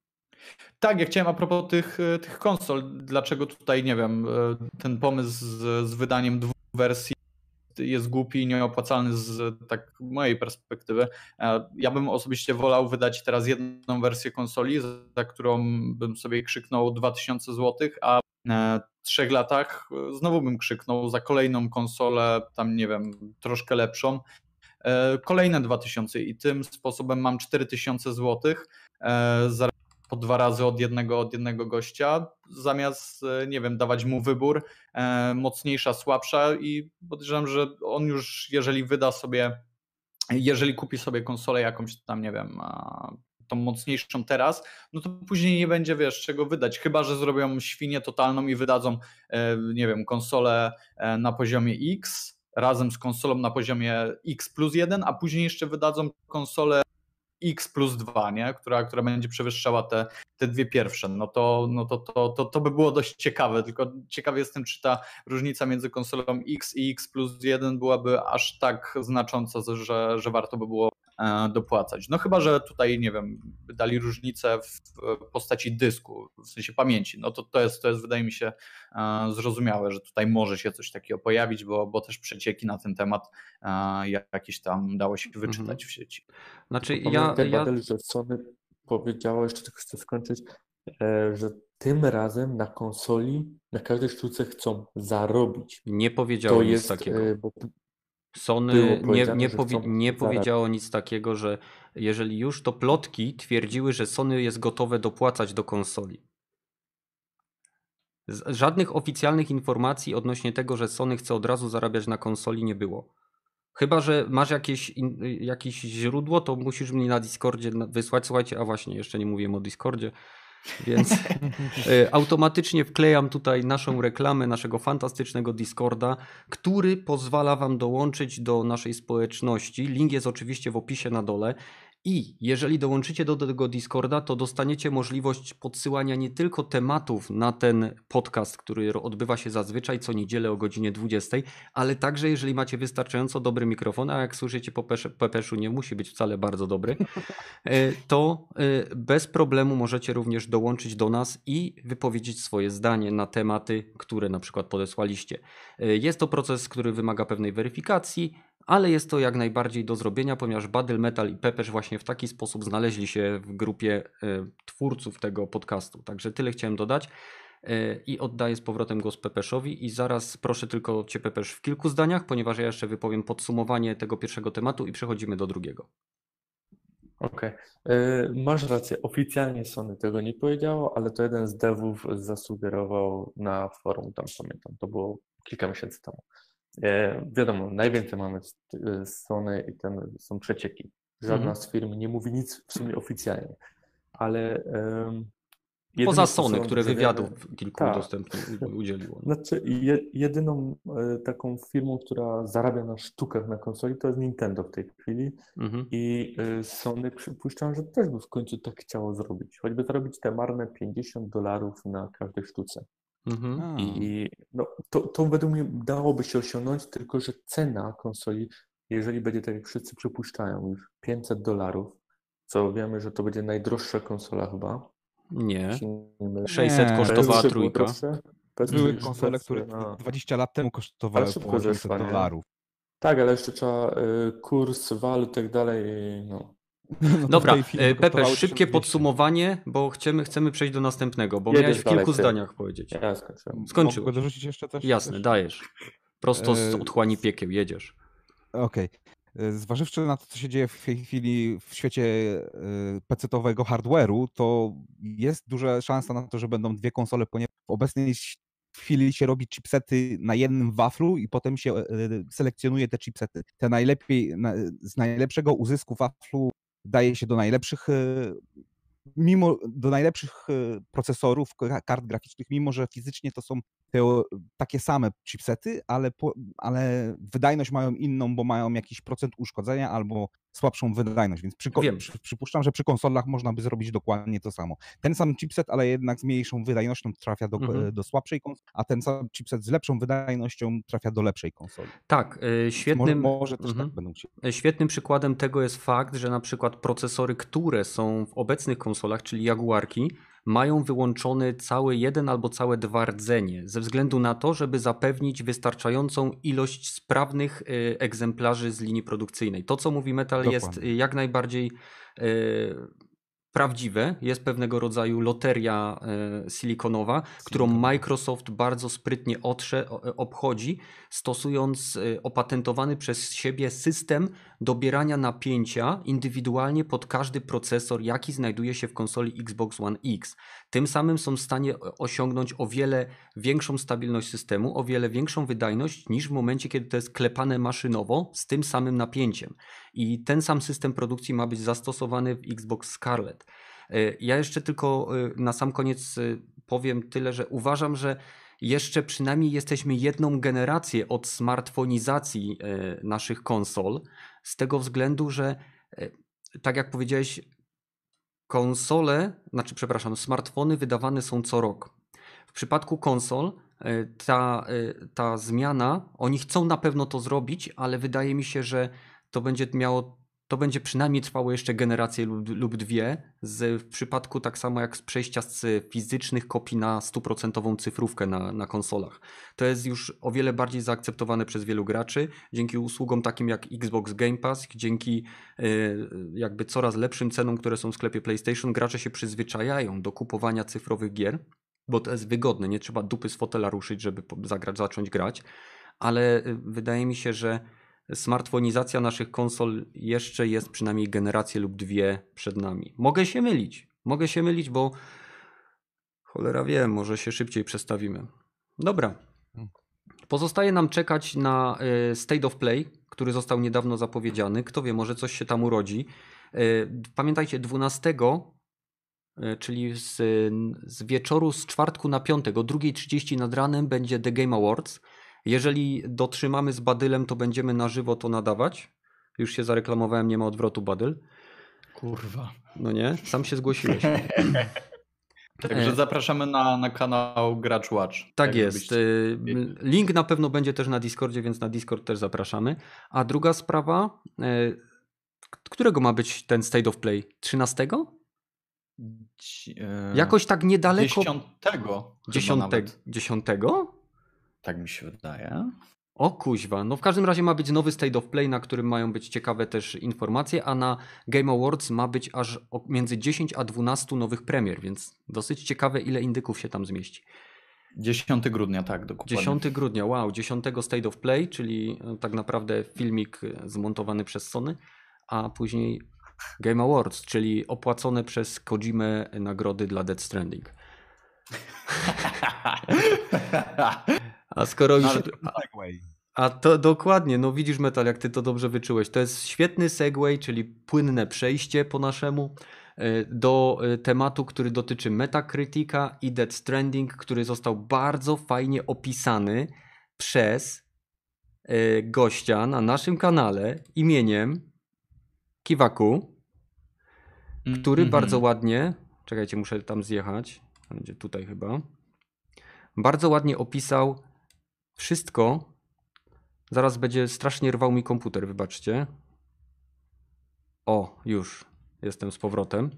Tak, ja chciałem a propos tych, e, tych konsol, dlaczego tutaj, nie wiem, e, ten pomysł z, z wydaniem dwóch wersji jest głupi i nieopłacalny z tak mojej perspektywy. E, Ja bym osobiście wolał wydać teraz jedną wersję konsoli, za którą bym sobie krzyknął dwa tysiące złotych, a e, w trzech latach e, znowu bym krzyknął za kolejną konsolę, tam nie wiem, troszkę lepszą, e, kolejne dwa tysiące i tym sposobem mam cztery tysiące złotych e, za po dwa razy od jednego, od jednego gościa, zamiast, e, nie wiem, dawać mu wybór, e, mocniejsza, słabsza i podejrzewam, że on już, jeżeli wyda sobie, jeżeli kupi sobie konsolę jakąś tam, nie wiem, a, tą mocniejszą teraz, no to później nie będzie, wiesz, czego wydać, chyba że zrobią świnię totalną i wydadzą, e, nie wiem, konsolę e, na poziomie X, razem z konsolą na poziomie X plus jeden, a później jeszcze wydadzą konsolę X plus dwa, nie? Która, która będzie przewyższała te, te dwie pierwsze, no to, no to, to, to, to by było dość ciekawe, tylko ciekawy jestem, czy ta różnica między konsolą X i X plus jeden byłaby aż tak znacząca, że, że warto by było e, dopłacać. No chyba, że tutaj, nie wiem, dali różnicę w postaci dysku, w sensie pamięci, no to, to, jest, to jest wydaje mi się e, zrozumiałe, że tutaj może się coś takiego pojawić, bo, bo też przecieki na ten temat e, jakieś tam dało się wyczytać Mhm. w sieci. Znaczy ja, Pamiętaj, ja Badel, że Sony powiedziało, jeszcze tylko chcę skończyć, e, że tym razem na konsoli, na każdej sztuce chcą zarobić. nie To powiedziało nic jest, takiego. e, bo Sony było nie, powiedziane, nie, że powi- chcą nie zarabiać. powiedziało nic takiego, że jeżeli już, to plotki twierdziły, że Sony jest gotowe dopłacać do konsoli. Z- Żadnych oficjalnych informacji odnośnie tego, że Sony chce od razu zarabiać na konsoli, nie było. Chyba że masz jakieś, in, jakieś źródło, to musisz mi na Discordzie na- wysłać. Słuchajcie, a właśnie, jeszcze nie mówiłem o Discordzie, więc e, automatycznie wklejam tutaj naszą reklamę naszego fantastycznego Discorda, który pozwala Wam dołączyć do naszej społeczności. Link jest oczywiście w opisie na dole. I jeżeli dołączycie do tego Discorda, to dostaniecie możliwość podsyłania nie tylko tematów na ten podcast, który odbywa się zazwyczaj co niedzielę o godzinie dwudziestej, ale także jeżeli macie wystarczająco dobry mikrofon, a jak słyszycie po Pesze- Pepeszu nie musi być wcale bardzo dobry, e, to e, bez problemu możecie również dołączyć do nas i wypowiedzieć swoje zdanie na tematy, które na przykład podesłaliście. E, Jest to proces, który wymaga pewnej weryfikacji, ale jest to jak najbardziej do zrobienia, ponieważ Badel Metal i Pepesz właśnie w taki sposób znaleźli się w grupie e, twórców tego podcastu. Także tyle chciałem dodać e, i oddaję z powrotem głos Pepeszowi i zaraz proszę tylko Cię, Pepesz, w kilku zdaniach, ponieważ ja jeszcze wypowiem podsumowanie tego pierwszego tematu i przechodzimy do drugiego. Okej. E, Masz rację, oficjalnie Sony tego nie powiedziało, ale to jeden z devów zasugerował na forum, tam pamiętam, to było kilka miesięcy temu. E, Wiadomo, najwięcej mamy z, z Sony i tam są przecieki. Żadna Mhm. z firm nie mówi nic w sumie oficjalnie, ale um, Poza Sony, które wywiadów kilku tak, udostępnił, udzieliło. znaczy je, jedyną e, taką firmą, która zarabia na sztukach na konsoli, to jest Nintendo w tej chwili Mhm. i e, Sony przypuszczam, że też by w końcu tak chciało zrobić, choćby zarobić te marne pięćdziesiąt dolarów na każdej sztuce. Mhm. A, I no, to, to według mnie dałoby się osiągnąć, tylko że cena konsoli, jeżeli będzie tak jak wszyscy przypuszczają, już pięćset dolarów, co wiemy, że to będzie najdroższa konsola chyba. Nie. jeśli nie mylę. sześćset Nie. kosztowała P S trzy było trójka. droższe? P S trzy były już konsole, P S trzy, które no. dwadzieścia lat temu kosztowały Ale szybko po osiemset zeszła, nie? dolarów. Tak, ale jeszcze trzeba y, kurs walut i tak dalej. No. No to w Dobra, tej chwili e, by Pepe, kosztowały szybkie tysiąc dwieście. podsumowanie, bo chcemy, chcemy przejść do następnego, bo Jedziesz miałeś w dalej, kilku ty. zdaniach powiedzieć. Ja skończyłem. Skończyłeś. Mogę dorzucić jeszcze coś? Jasne, Coś? dajesz. Prosto z E, otchłani piekieł, jedziesz. Okej. E, Zważywszy na to, co się dzieje w tej chwili w świecie e, pecetowego hardware'u, to jest duża szansa na to, że będą dwie konsole, ponieważ w obecnej chwili się robi chipsety na jednym waflu i potem się e, selekcjonuje te chipsety. Te najlepiej, na, z najlepszego uzysku waflu daje się do najlepszych e, mimo do najlepszych e, procesorów, ka- kart graficznych, mimo że fizycznie to są te, takie same chipsety, ale, po, ale wydajność mają inną, bo mają jakiś procent uszkodzenia albo słabszą wydajność, więc przy, ko- Wiem. przy, przypuszczam, że przy konsolach można by zrobić dokładnie to samo. Ten sam chipset, ale jednak z mniejszą wydajnością trafia do, Mhm. e, do słabszej konsoli, a ten sam chipset z lepszą wydajnością trafia do lepszej konsoli. Tak, e, Więc świetnym, Może, może też mhm. tak będą chcieli. E, świetnym przykładem tego jest fakt, że na przykład procesory, które są w obecnych konsolach, czyli Jaguarki, mają wyłączony cały jeden albo całe dwa rdzenie, ze względu na to, żeby zapewnić wystarczającą ilość sprawnych e, egzemplarzy z linii produkcyjnej. To, co mówi Metal, jest Dokładnie. e, jak najbardziej e, prawdziwe. Jest pewnego rodzaju loteria e, silikonowa, którą Silikonowa. Microsoft bardzo sprytnie otrze, o- obchodzi, stosując e, opatentowany przez siebie system dobierania napięcia indywidualnie pod każdy procesor, jaki znajduje się w konsoli Xbox One X. Tym samym są w stanie o- osiągnąć o wiele większą stabilność systemu, o wiele większą wydajność niż w momencie, kiedy to jest klepane maszynowo z tym samym napięciem. I ten sam system produkcji ma być zastosowany w Xbox Scarlett. E, Ja jeszcze tylko e, na sam koniec e, powiem tyle, że uważam, że jeszcze przynajmniej jesteśmy jedną generację od smartfonizacji e, naszych konsol, z tego względu, że e, tak jak powiedziałeś, konsole, znaczy przepraszam, smartfony wydawane są co rok. W przypadku konsol e, ta, e, ta zmiana, oni chcą na pewno to zrobić, ale wydaje mi się, że to będzie miało, to będzie przynajmniej trwało jeszcze generację lub, lub dwie. Z, w przypadku tak samo jak z przejścia z fizycznych kopii na stuprocentową cyfrówkę na, na konsolach. To jest już o wiele bardziej zaakceptowane przez wielu graczy, dzięki usługom takim jak Xbox Game Pass, dzięki e, jakby coraz lepszym cenom, które są w sklepie PlayStation, gracze się przyzwyczajają do kupowania cyfrowych gier, bo to jest wygodne, nie trzeba dupy z fotela ruszyć, żeby po- zagrać, zacząć grać, ale y, wydaje mi się, że smartfonizacja naszych konsol jeszcze jest przynajmniej generację lub dwie przed nami. Mogę się mylić, mogę się mylić, bo cholera wie, może się szybciej przestawimy. Dobra. Pozostaje nam czekać na y, State of Play, który został niedawno zapowiedziany. Kto wie, może coś się tam urodzi. Y, Pamiętajcie, dwunastego, y, czyli z, z wieczoru z czwartku na piątek o druga trzydzieści nad ranem będzie The Game Awards. Jeżeli dotrzymamy z Badylem, to będziemy na żywo to nadawać. Już się zareklamowałem, nie ma odwrotu, Badyl. Kurwa. No nie? Sam się zgłosiłeś. Także E. zapraszamy na, na kanał Gracz Watch. Tak jest. żebyście- Y, Link na pewno będzie też na Discordzie, więc na Discord też zapraszamy. A druga sprawa, y, k- którego ma być ten State of Play? trzynastego? Dzi- e, Jakoś tak niedaleko. Dziesiątego. chyba Dziesiąte, nawet. dziesiątego? Tak mi się wydaje. O kuźwa. No w każdym razie ma być nowy State of Play, na którym mają być ciekawe też informacje, a na Game Awards ma być aż o- między dziesięć a dwanaście nowych premier, więc dosyć ciekawe, ile indyków się tam zmieści. dziesiątego grudnia, tak, dokładnie. dziesiątego grudnia, wow, dziesiątego State of Play, czyli e, tak naprawdę filmik e, zmontowany przez Sony, a później Game Awards, czyli opłacone przez Kojimę nagrody dla Death Stranding. A skoro No, już... ale Segway. A to dokładnie, no widzisz Metal, jak ty to dobrze wyczułeś. To jest świetny segway, czyli płynne przejście po naszemu e, do e, tematu, który dotyczy Metacritica i Death Stranding, który został bardzo fajnie opisany przez e, gościa na naszym kanale imieniem Kiwaku, który Mhm. bardzo ładnie, czekajcie, muszę tam zjechać, będzie tutaj chyba, bardzo ładnie opisał wszystko. Zaraz będzie strasznie rwał mi komputer, wybaczcie. O, już jestem z powrotem.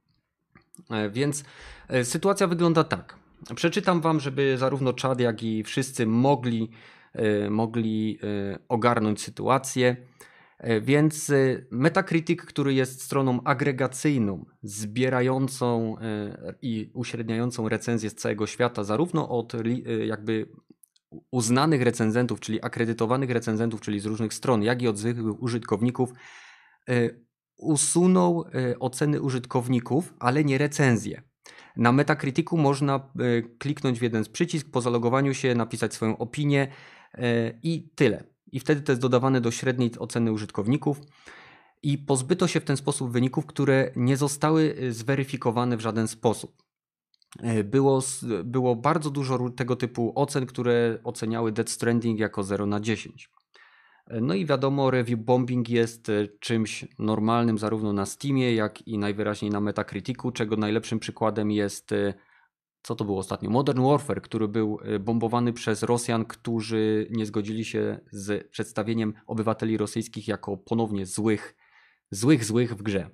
E, Więc e, sytuacja wygląda tak. Przeczytam wam, żeby zarówno czat, jak i wszyscy mogli, e, mogli e, ogarnąć sytuację. E, Więc e, Metacritic, który jest stroną agregacyjną, zbierającą e, i uśredniającą recenzje z całego świata, zarówno od li- e, jakby uznanych recenzentów, czyli akredytowanych recenzentów, czyli z różnych stron, jak i od zwykłych użytkowników, e, usunął e, oceny użytkowników, ale nie recenzje. Na Metacriticu można e, kliknąć w jeden z przycisk, po zalogowaniu się, napisać swoją opinię e, i tyle. I wtedy to jest dodawane do średniej oceny użytkowników. I pozbyto się w ten sposób wyników, które nie zostały e, zweryfikowane w żaden sposób. E, Było, s- było bardzo dużo ró- tego typu ocen, które oceniały Death Stranding jako zero na dziesięć. E, No i wiadomo, review bombing jest e, czymś normalnym zarówno na Steamie, jak i najwyraźniej na Metacriticu, czego najlepszym przykładem jest, e, co to było ostatnio, Modern Warfare, który był e, bombowany przez Rosjan, którzy nie zgodzili się z przedstawieniem obywateli rosyjskich jako ponownie złych, złych, złych w grze.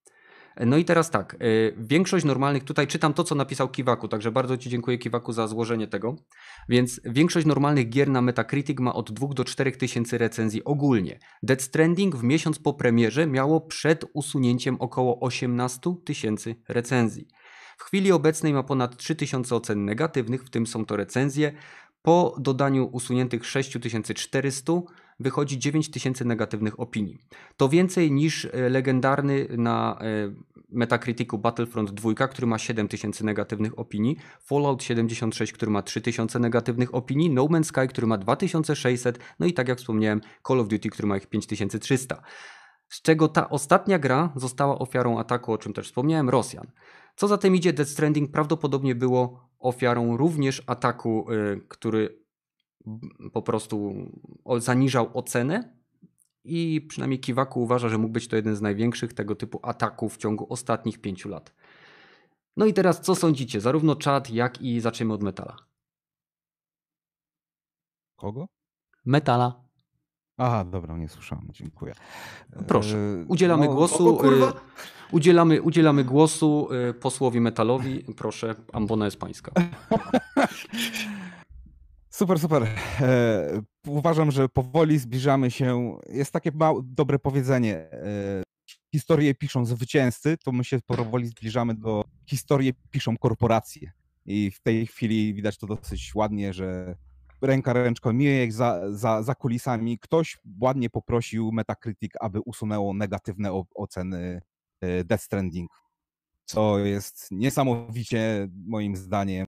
No i teraz tak, y, większość normalnych, tutaj czytam to, co napisał Kiwaku, także bardzo Ci dziękuję Kiwaku za złożenie tego. Więc większość normalnych gier na Metacritic ma od dwóch do czterech tysięcy recenzji ogólnie. Death Stranding w miesiąc po premierze miało przed usunięciem około osiemnaście tysięcy recenzji. W chwili obecnej ma ponad trzy tysiące ocen negatywnych, w tym są to recenzje. Po dodaniu usuniętych sześć tysięcy czterysta wychodzi dziewięć tysięcy negatywnych opinii. To więcej niż e, legendarny na e, Metacriticu Battlefront dwa, który ma siedem tysięcy negatywnych opinii, Fallout siedemdziesiąt sześć, który ma trzy tysiące negatywnych opinii, No Man's Sky, który ma dwa tysiące sześćset, no i tak jak wspomniałem, Call of Duty, który ma ich pięć tysięcy trzysta. Z czego ta ostatnia gra została ofiarą ataku, o czym też wspomniałem, Rosjan. Co za tym idzie, Death Stranding prawdopodobnie było ofiarą również ataku, y, który b- po prostu o- zaniżał ocenę i przynajmniej Kiwaku uważa, że mógł być to jeden z największych tego typu ataków w ciągu ostatnich pięciu lat. No i teraz co sądzicie? Zarówno czat, jak i zaczniemy od Metala. Kogo? Metala. Aha, dobra, nie słyszałem, dziękuję. Proszę, E, udzielamy no, głosu. o kurwa. y, Udzielamy, udzielamy głosu y, posłowi Metalowi. Proszę, ambona jest pańska. Super, super. E, uważam, że powoli zbliżamy się. Jest takie małe, dobre powiedzenie. E, historię piszą zwycięzcy, to my się powoli zbliżamy do historii piszą korporacje. I w tej chwili widać to dosyć ładnie, że ręka ręczką mija jak za, za, za kulisami. Ktoś ładnie poprosił Metacritic, aby usunęło negatywne o, oceny e, Death Stranding. Co jest niesamowicie, moim zdaniem,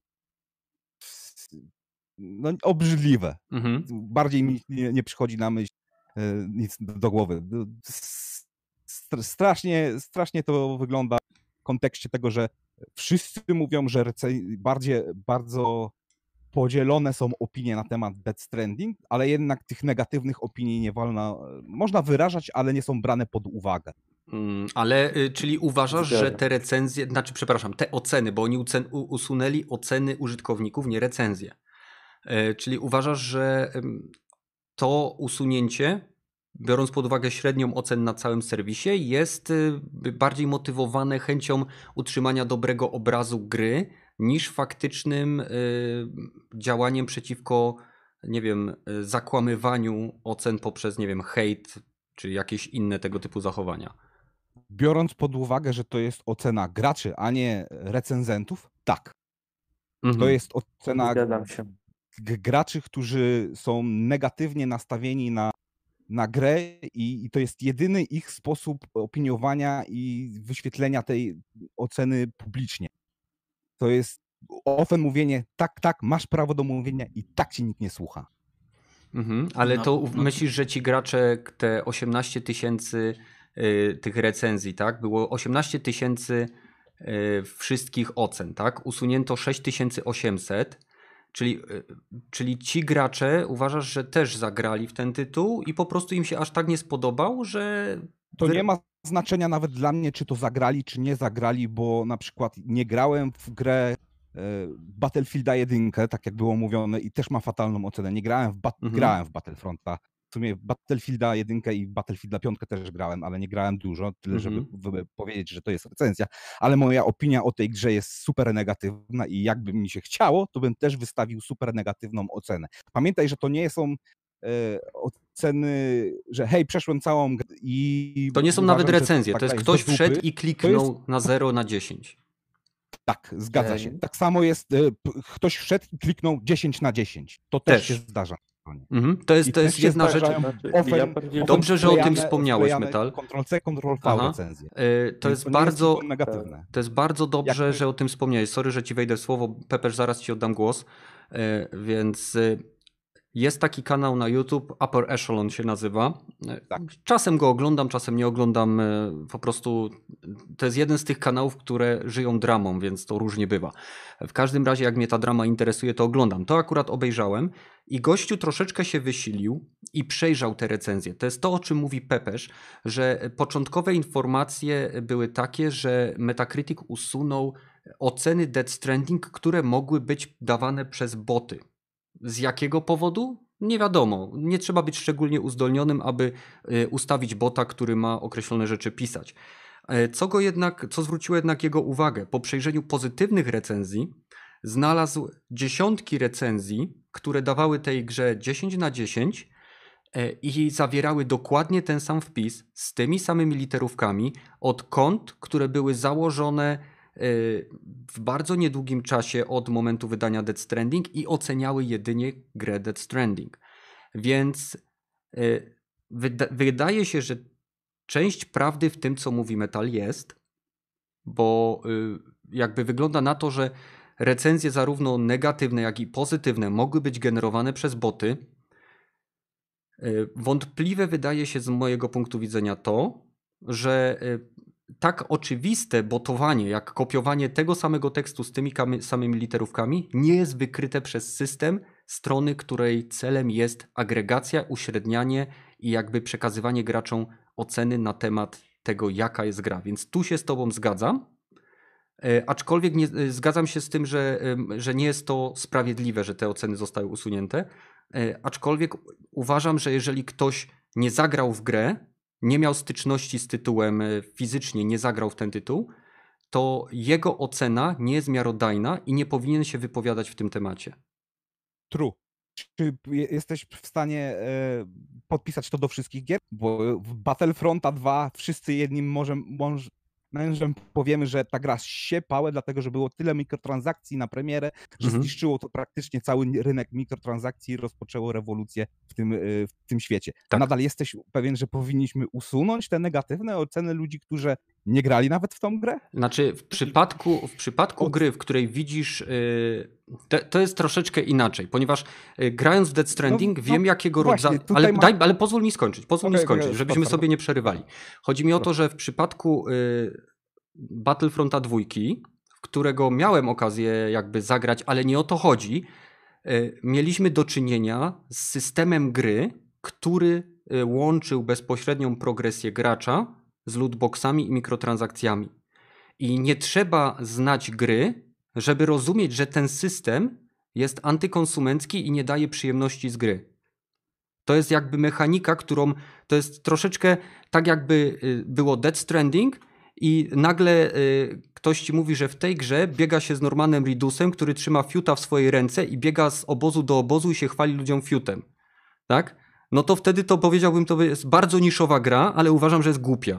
no, obrzydliwe. Mhm. Bardziej mi nie, nie przychodzi na myśl e, nic do głowy. S- str- Strasznie, strasznie to wygląda w kontekście tego, że wszyscy mówią, że rece- bardziej, bardzo podzielone są opinie na temat Death Stranding, ale jednak tych negatywnych opinii nie wolno, można wyrażać, ale nie są brane pod uwagę. Mm, Ale y, czyli uważasz, że Zgadzam. te recenzje, znaczy przepraszam, te oceny, bo oni ucen, u- usunęli oceny użytkowników, nie recenzje. E, Czyli uważasz, że ym, to usunięcie, biorąc pod uwagę średnią ocen na całym serwisie, jest y, bardziej motywowane chęcią utrzymania dobrego obrazu gry niż faktycznym y, działaniem przeciwko, nie wiem, y, zakłamywaniu ocen poprzez, nie wiem, hejt czy jakieś inne tego typu zachowania. Biorąc pod uwagę, że to jest ocena graczy, a nie recenzentów, tak. To Mhm. jest ocena Zgadzam się. g- graczy, którzy są negatywnie nastawieni na, na grę i, i to jest jedyny ich sposób opiniowania i wyświetlenia tej oceny publicznie. To jest often mówienie, tak, tak, masz prawo do mówienia i tak cię nikt nie słucha. Mhm, ale No, to no. myślisz, że ci gracze te osiemnaście tysięcy y, tych recenzji, tak? Było osiemnaście tysięcy y, wszystkich ocen, tak? Usunięto sześć tysięcy osiemset, czyli, y, czyli ci gracze uważasz, że też zagrali w ten tytuł i po prostu im się aż tak nie spodobał, że... To wy- nie ma znaczenia nawet dla mnie, czy to zagrali, czy nie zagrali, bo na przykład nie grałem w grę e, Battlefielda jeden, tak jak było mówione, i też ma fatalną ocenę. Nie grałem w, bat- Mhm. grałem w Battlefronta. W sumie Battlefielda jeden i Battlefielda pięć też grałem, ale nie grałem dużo, tyle żeby Mhm. w- powiedzieć, że to jest recenzja. Ale moja opinia o tej grze jest super negatywna i jakby mi się chciało, to bym też wystawił super negatywną ocenę. Pamiętaj, że to nie są e, oceny, że hej, przeszłem całą grę i To nie są uważam, nawet że recenzje, ta to jest gra ktoś do dupy. wszedł i To kliknął na zero na dziesięć. Tak, zgadza E, się. Tak samo jest, e, p- ktoś wszedł i kliknął dziesięć na dziesięć. To też, Też. się zdarza. Mhm. To jest, I to też jest się jedna rzecz. zdarzają Znaczy, often, ja bardziej- often Dobrze, że o tym wklejane- wspomniałeś, wklejane Metal. Ctrl-C, Ctrl-V Aha. recenzje. Y, To Więc jest to nie jest bardzo... tylko negatywne. To jest bardzo dobrze, Jak- że o tym wspomniałeś. Sorry, że ci wejdę w słowo. Pepeż, zaraz ci oddam głos. E, Więc e, jest taki kanał na YouTube, Upper Echelon się nazywa. E, Tak. Czasem go oglądam, czasem nie oglądam. e, Po prostu to jest jeden z tych kanałów, które żyją dramą, więc to różnie bywa. W każdym razie, jak mnie ta drama interesuje, to oglądam. To akurat obejrzałem i gościu troszeczkę się wysilił i przejrzał te recenzje. To jest to, o czym mówi Pepeż, że początkowe informacje były takie, że Metacritic usunął oceny Death Stranding, które mogły być dawane przez boty. Z jakiego powodu? Nie wiadomo. Nie trzeba być szczególnie uzdolnionym, aby y, ustawić bota, który ma określone rzeczy pisać. E, Co go jednak, co zwróciło jednak jego uwagę? Po przejrzeniu pozytywnych recenzji znalazł dziesiątki recenzji, które dawały tej grze dziesięć na dziesięć e, i zawierały dokładnie ten sam wpis z tymi samymi literówkami od kont, które były założone e, w bardzo niedługim czasie od momentu wydania Death Stranding i oceniały jedynie grę Death Stranding. Więc e, wyda- wydaje się, że część prawdy w tym, co mówi Metal, jest, bo y, jakby wygląda na to, że recenzje zarówno negatywne, jak i pozytywne mogły być generowane przez boty. Y, Wątpliwe wydaje się z mojego punktu widzenia to, że y, tak oczywiste botowanie, jak kopiowanie tego samego tekstu z tymi kamy- samymi literówkami, nie jest wykryte przez system strony, której celem jest agregacja, uśrednianie i jakby przekazywanie graczom oceny na temat tego, jaka jest gra. Więc tu się z tobą zgadzam. E, Aczkolwiek nie, e, zgadzam się z tym, że, em, że nie jest to sprawiedliwe, że te oceny zostały usunięte. E, Aczkolwiek uważam, że jeżeli ktoś nie zagrał w grę, nie miał styczności z tytułem e, fizycznie, nie zagrał w ten tytuł, to jego ocena nie jest miarodajna i nie powinien się wypowiadać w tym temacie. True. Czy je- jesteś w stanie e, podpisać to do wszystkich gier? Bo w Battlefronta dwa wszyscy jednym morzem, mąż, mężem powiemy, że ta gra się pałe, dlatego że było tyle mikrotransakcji na premierę, że Mhm. zniszczyło to praktycznie cały rynek mikrotransakcji i rozpoczęło rewolucję w tym, e, w tym świecie. Tak. Nadal jesteś pewien, że powinniśmy usunąć te negatywne oceny ludzi, którzy nie grali nawet w tą grę? Znaczy, w przypadku, w przypadku Od- gry, w której widzisz, yy, to, to jest troszeczkę inaczej, ponieważ yy, grając w Death Stranding, No, no, wiem jakiego właśnie, rodzaju. tutaj Ale, ma- daj, ale pozwól mi skończyć, pozwól mi Okej, skończyć, okej, żebyśmy spoko. sobie nie przerywali. Chodzi mi o to, że w przypadku yy, Battlefronta dwójki, w którego miałem okazję jakby zagrać, ale nie o to chodzi, yy, mieliśmy do czynienia z systemem gry, który yy, łączył bezpośrednią progresję gracza z lootboxami i mikrotransakcjami. I nie trzeba znać gry, żeby rozumieć, że ten system jest antykonsumencki i nie daje przyjemności z gry. To jest jakby mechanika, którą to jest troszeczkę tak jakby y, było Death Stranding i nagle y, ktoś ci mówi, że w tej grze biega się z Normanem Reedusem, który trzyma fiuta w swojej ręce i biega z obozu do obozu i się chwali ludziom fiutem. Tak? No to wtedy to powiedziałbym, to jest bardzo niszowa gra, ale uważam, że jest głupia.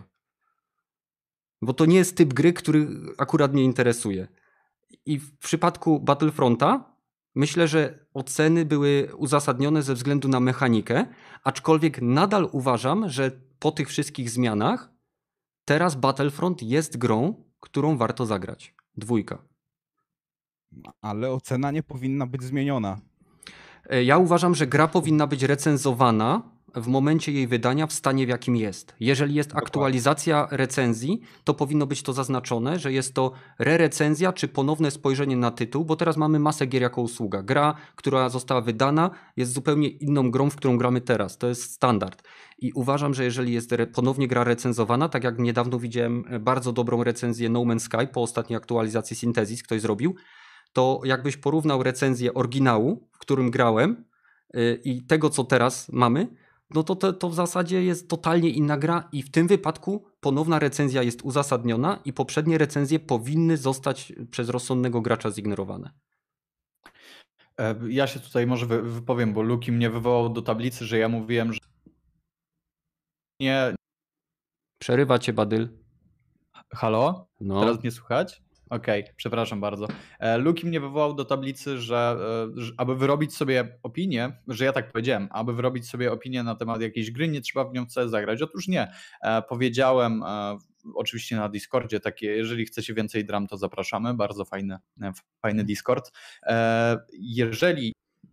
Bo to nie jest typ gry, który akurat mnie interesuje. I w przypadku Battlefronta myślę, że oceny były uzasadnione ze względu na mechanikę, aczkolwiek nadal uważam, że po tych wszystkich zmianach teraz Battlefront jest grą, którą warto zagrać. Dwójka. Ale ocena nie powinna być zmieniona. Ja uważam, że gra powinna być recenzowana w momencie jej wydania w stanie, w jakim jest. Jeżeli jest Dokładnie. aktualizacja recenzji, to powinno być to zaznaczone, że jest to re-recenzja czy ponowne spojrzenie na tytuł, bo teraz mamy masę gier jako usługa. Gra, która została wydana, jest zupełnie inną grą, w którą gramy teraz. To jest standard. I uważam, że jeżeli jest re- ponownie gra recenzowana, tak jak niedawno widziałem bardzo dobrą recenzję No Man's Sky po ostatniej aktualizacji Synthesis, ktoś zrobił, to jakbyś porównał recenzję oryginału, w którym grałem, yy, i tego, co teraz mamy, no to, to to w zasadzie jest totalnie inna gra i w tym wypadku ponowna recenzja jest uzasadniona i poprzednie recenzje powinny zostać przez rozsądnego gracza zignorowane. E, Ja się tutaj może wy- wypowiem, bo Luki mnie wywołał do tablicy, że ja mówiłem, że nie... Przerywa cię, Badyl. Halo? No. Teraz mnie słychać? Okej, przepraszam bardzo. E, Luki mnie wywołał do tablicy, że, e, że aby wyrobić sobie opinię, że ja tak powiedziałem, aby wyrobić sobie opinię na temat jakiejś gry, nie trzeba w nią wcale zagrać. Otóż nie. E, powiedziałem e, oczywiście na Discordzie takie, jeżeli chcecie więcej dram, to zapraszamy. Bardzo fajny, e, fajny Discord. E, jeżeli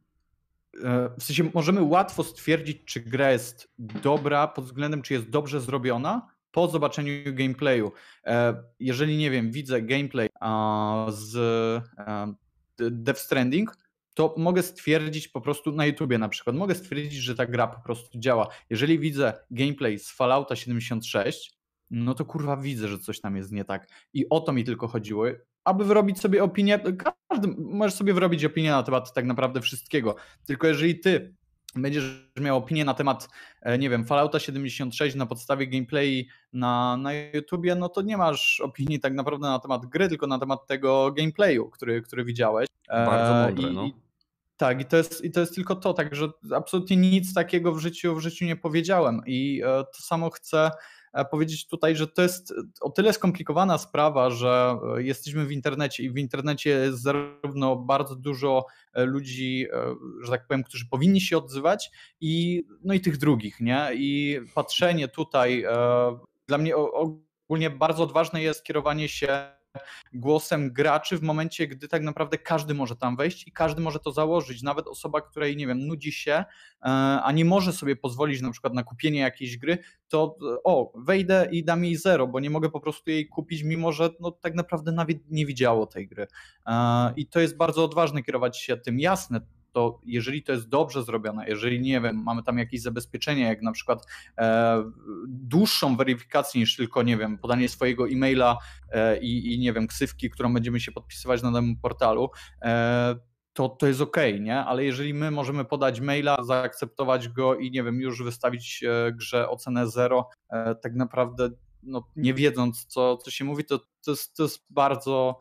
e, w sensie możemy łatwo stwierdzić, czy gra jest dobra pod względem, czy jest dobrze zrobiona po zobaczeniu gameplayu. E, Jeżeli, nie wiem, widzę gameplay a, z e, Death Stranding, to mogę stwierdzić po prostu na YouTubie na przykład, mogę stwierdzić, że ta gra po prostu działa. Jeżeli widzę gameplay z Fallouta siedemdziesiąt sześć, no to kurwa widzę, że coś tam jest nie tak. I o to mi tylko chodziło, aby wyrobić sobie opinię. Każdy możesz sobie wyrobić opinię na temat tak naprawdę wszystkiego. Tylko jeżeli ty będziesz miał opinię na temat, e, nie wiem, Fallouta siedemdziesiąt sześć na podstawie gameplay na, na YouTubie, no to nie masz opinii tak naprawdę na temat gry, tylko na temat tego gameplayu, który, który widziałeś. E, Bardzo mądre, i, no. i, tak, i to, jest, i to jest tylko to, także absolutnie nic takiego w życiu, w życiu nie powiedziałem i e, to samo chcę e, powiedzieć tutaj, że to jest o tyle skomplikowana sprawa, że e, jesteśmy w internecie i w internecie jest zarówno bardzo dużo e, ludzi, e, że tak powiem, którzy powinni się odzywać i, no i tych drugich, nie? I patrzenie tutaj, e, dla mnie o- ogólnie bardzo odważne jest kierowanie się głosem graczy w momencie, gdy tak naprawdę każdy może tam wejść i każdy może to założyć. Nawet osoba, której, nie wiem, nudzi się, e, a nie może sobie pozwolić na przykład na kupienie jakiejś gry, to e, o, wejdę i dam jej zero, bo nie mogę po prostu jej kupić, mimo że no, tak naprawdę nawet nie widziało tej gry. E, I to jest bardzo odważne kierować się tym. Jasne, to jeżeli to jest dobrze zrobione, jeżeli, nie wiem, mamy tam jakieś zabezpieczenie, jak na przykład e, dłuższą weryfikację niż tylko, nie wiem, podanie swojego e-maila e, i, i, nie wiem, ksywki, którą będziemy się podpisywać na danym portalu, e, to, to jest okej, nie? Ale jeżeli my możemy podać maila, zaakceptować go i, nie wiem, już wystawić e, grze ocenę zero, e, tak naprawdę no, nie wiedząc, co, co się mówi, to, to, jest, to jest bardzo...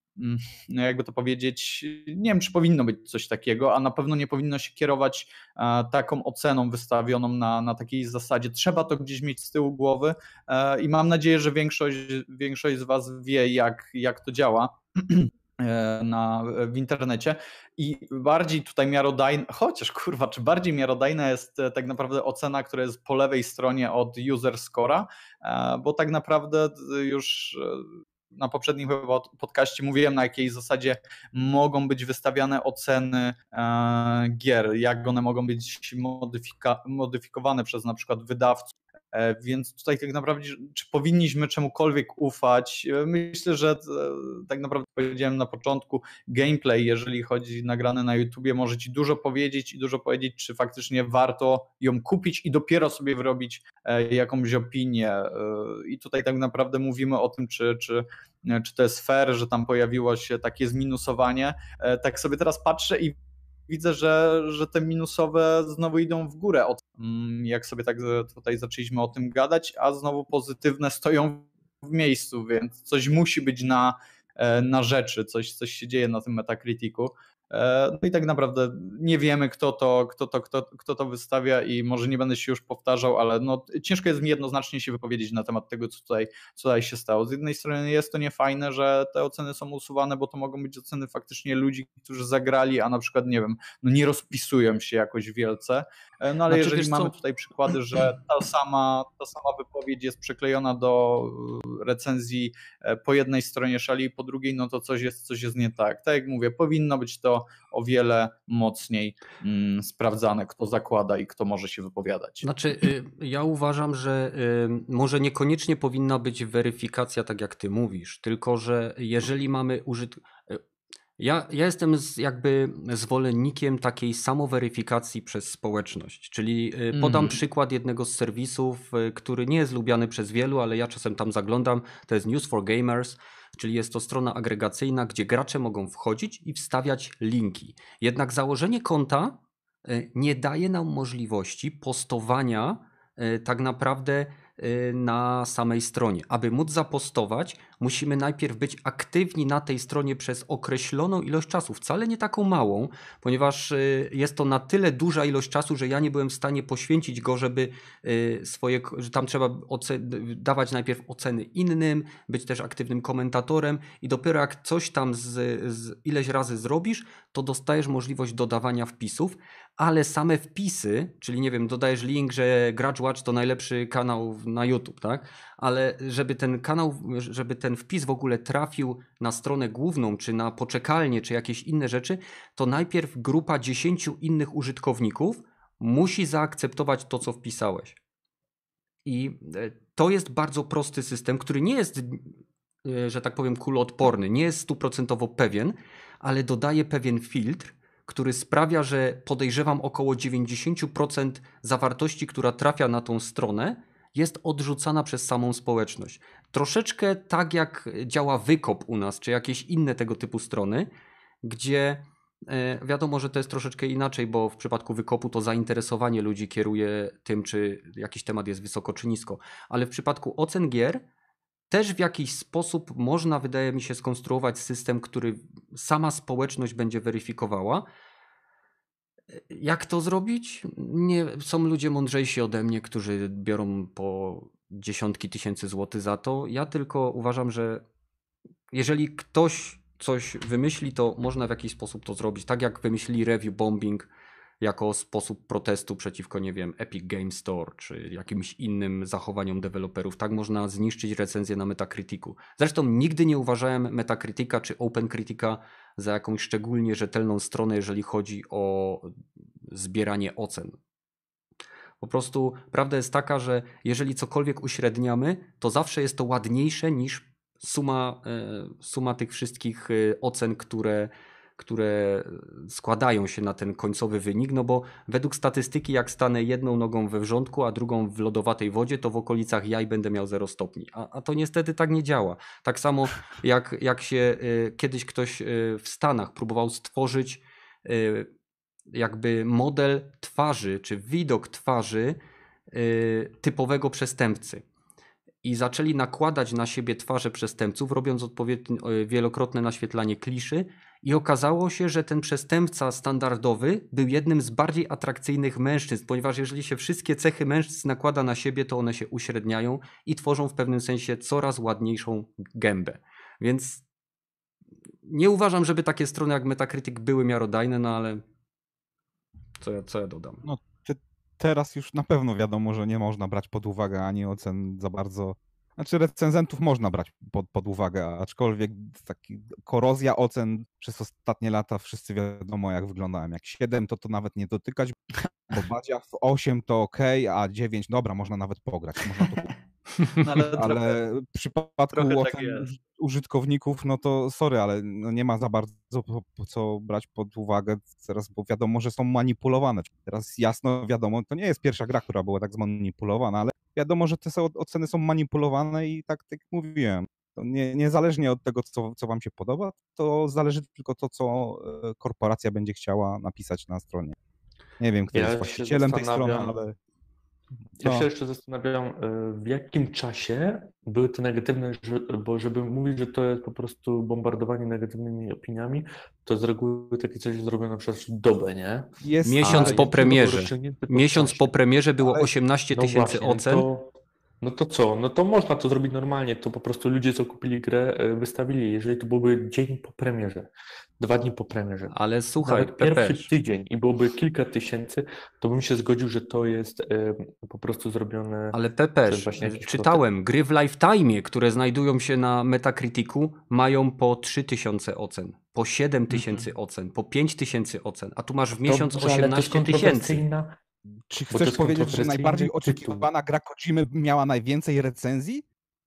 no jakby to powiedzieć, nie wiem, czy powinno być coś takiego, a na pewno nie powinno się kierować e, taką oceną wystawioną na, na takiej zasadzie. Trzeba to gdzieś mieć z tyłu głowy e, i mam nadzieję, że większość, większość z was wie, jak, jak to działa e, na, w internecie i bardziej tutaj miarodajna, chociaż kurwa, czy bardziej miarodajna jest e, tak naprawdę ocena, która jest po lewej stronie od user score'a, e, bo tak naprawdę już e, na poprzednim chyba podcaście mówiłem, na jakiej zasadzie mogą być wystawiane oceny e, gier, jak one mogą być modyfika- modyfikowane przez na przykład wydawców. E, Więc tutaj tak naprawdę, czy powinniśmy czemukolwiek ufać? E, Myślę, że e, tak naprawdę powiedziałem na początku, gameplay, jeżeli chodzi nagrane na YouTubie, może ci dużo powiedzieć i dużo powiedzieć, czy faktycznie warto ją kupić i dopiero sobie wyrobić e, jakąś opinię. E, I tutaj tak naprawdę mówimy o tym, czy, czy, czy to jest fair, że tam pojawiło się takie zminusowanie. E, Tak sobie teraz patrzę i widzę, że, że te minusowe znowu idą w górę, od, jak sobie tak tutaj zaczęliśmy o tym gadać, a znowu pozytywne stoją w miejscu, więc coś musi być na, na rzeczy, coś, coś się dzieje na tym Metacriticu. No i tak naprawdę nie wiemy, kto to, kto to, kto, kto to wystawia i może nie będę się już powtarzał, ale no, ciężko jest mi jednoznacznie się wypowiedzieć na temat tego, co tutaj, co tutaj się stało. Z jednej strony jest to niefajne, że te oceny są usuwane, bo to mogą być oceny faktycznie ludzi, którzy zagrali, a na przykład, nie wiem, no nie rozpisują się jakoś wielce, No ale Znaczy, jeżeli wiesz mamy co? tutaj przykłady, że ta sama, ta sama wypowiedź jest przyklejona do recenzji po jednej stronie szali i po drugiej, no to coś jest, coś jest nie tak. Tak jak mówię, powinno być to o wiele mocniej mm, sprawdzane, kto zakłada i kto może się wypowiadać. Znaczy, y, ja uważam, że y, może niekoniecznie powinna być weryfikacja, tak jak ty mówisz, tylko że jeżeli mamy użyt... y, Ja, ja jestem z, jakby zwolennikiem takiej samoweryfikacji przez społeczność, czyli y, podam Mhm. przykład jednego z serwisów, y, który nie jest lubiany przez wielu, ale ja czasem tam zaglądam, to jest News for Gamers, czyli jest to strona agregacyjna, gdzie gracze mogą wchodzić i wstawiać linki. Jednak założenie konta y, nie daje nam możliwości postowania y, tak naprawdę y, na samej stronie. Aby móc zapostować, musimy najpierw być aktywni na tej stronie przez określoną ilość czasu, wcale nie taką małą, ponieważ y, jest to na tyle duża ilość czasu, że ja nie byłem w stanie poświęcić go, żeby y, swoje, że tam trzeba oce- dawać najpierw oceny innym, być też aktywnym komentatorem i dopiero jak coś tam z, z ileś razy zrobisz, to dostajesz możliwość dodawania wpisów, ale same wpisy, czyli nie wiem, dodajesz link, że Grudge Watch to najlepszy kanał na YouTube, tak? Ale żeby ten kanał, żeby ten wpis w ogóle trafił na stronę główną, czy na poczekalnię, czy jakieś inne rzeczy, to najpierw grupa dziesięciu innych użytkowników musi zaakceptować to, co wpisałeś. I e, to jest bardzo prosty system, który nie jest, e, że tak powiem, kuloodporny, nie jest stuprocentowo pewien, ale dodaje pewien filtr, który sprawia, że podejrzewam około dziewięćdziesiąt procent zawartości, która trafia na tą stronę, jest odrzucana przez samą społeczność. Troszeczkę tak jak działa Wykop u nas, czy jakieś inne tego typu strony, gdzie e, wiadomo, że to jest troszeczkę inaczej, bo w przypadku Wykopu to zainteresowanie ludzi kieruje tym, czy jakiś temat jest wysoko czy nisko. Ale w przypadku ocen gier też w jakiś sposób można, wydaje mi się, skonstruować system, który sama społeczność będzie weryfikowała. Jak to zrobić? Nie, są ludzie mądrzejsi ode mnie, którzy biorą po dziesiątki tysięcy złotych za to. Ja tylko uważam, że jeżeli ktoś coś wymyśli, to można w jakiś sposób to zrobić. Tak jak wymyślili review bombing jako sposób protestu przeciwko, nie wiem, Epic Games Store czy jakimś innym zachowaniom deweloperów. Tak można zniszczyć recenzję na Metacriticu. Zresztą nigdy nie uważałem Metacritica czy OpenCritica za jakąś szczególnie rzetelną stronę, jeżeli chodzi o zbieranie ocen. Po prostu prawda jest taka, że jeżeli cokolwiek uśredniamy, to zawsze jest to ładniejsze niż suma, e, suma tych wszystkich e, ocen, które, które składają się na ten końcowy wynik, no bo według statystyki jak stanę jedną nogą we wrzątku, a drugą w lodowatej wodzie, to w okolicach jaj będę miał zero stopni, a, a to niestety tak nie działa. Tak samo jak, jak się e, kiedyś ktoś e, w Stanach próbował stworzyć e, jakby model twarzy, czy widok twarzy y, typowego przestępcy. I zaczęli nakładać na siebie twarze przestępców, robiąc odpowiednio wielokrotne naświetlanie kliszy i okazało się, że ten przestępca standardowy był jednym z bardziej atrakcyjnych mężczyzn, ponieważ jeżeli się wszystkie cechy mężczyzn nakłada na siebie, to one się uśredniają i tworzą w pewnym sensie coraz ładniejszą gębę. Więc nie uważam, żeby takie strony jak Metacritic były miarodajne, no ale co ja, co ja dodam? No, te, teraz już na pewno wiadomo, że nie można brać pod uwagę ani ocen za bardzo. Znaczy recenzentów można brać pod, pod uwagę, aczkolwiek taki korozja ocen przez ostatnie lata wszyscy wiadomo jak wyglądałem. Jak siedem to to nawet nie dotykać, bo Badzia w osiem to ok, a dziewięć dobra, można nawet pograć. Można to No, ale trochę, ale w przypadku trochę tak ocen jest. użytkowników, no to sorry, ale no nie ma za bardzo po, po co brać pod uwagę teraz, bo wiadomo, że są manipulowane. Teraz jasno wiadomo, to nie jest pierwsza gra, która była tak zmanipulowana, ale wiadomo, że te są, oceny są manipulowane i tak, tak jak mówiłem, to nie, niezależnie od tego, co, co wam się podoba, to zależy tylko to, co e, korporacja będzie chciała napisać na stronie. Nie wiem, kto Ja jest się właścicielem tej strony, zastanawiam- ale... Ja No. się jeszcze zastanawiam, y, w jakim czasie były te negatywne, że- bo żeby mówić, że to jest po prostu bombardowanie negatywnymi opiniami, to z reguły takie coś zrobione przez dobę, nie? Jest, Miesiąc A po jak to było premierze. rozciągnięte po Miesiąc czasie? po premierze było Ale- osiemnaście No tysięcy właśnie, ocen. to No to co? No to można to zrobić normalnie. To po prostu ludzie, co kupili grę, e, wystawili. Jeżeli to byłby dzień po premierze, dwa dni po premierze, Ale słuchaj, nawet pierwszy Pepeż, tydzień i byłoby kilka tysięcy, to bym się zgodził, że to jest e, po prostu zrobione ale przez Pepeż, właśnie jakiś czytałem, gry w Lifetime, które znajdują się na Metacriticu, mają po trzy tysiące ocen, po siedem tysięcy ocen, po pięć tysięcy ocen, a tu masz w miesiąc Dobrze, ale to jest osiemnaście tysięcy. kontrowersyjna- Czy Bo to chcesz jest powiedzieć, że kontrowersyjny najbardziej tytuł. oczekiwana gra Kojimy miała najwięcej recenzji?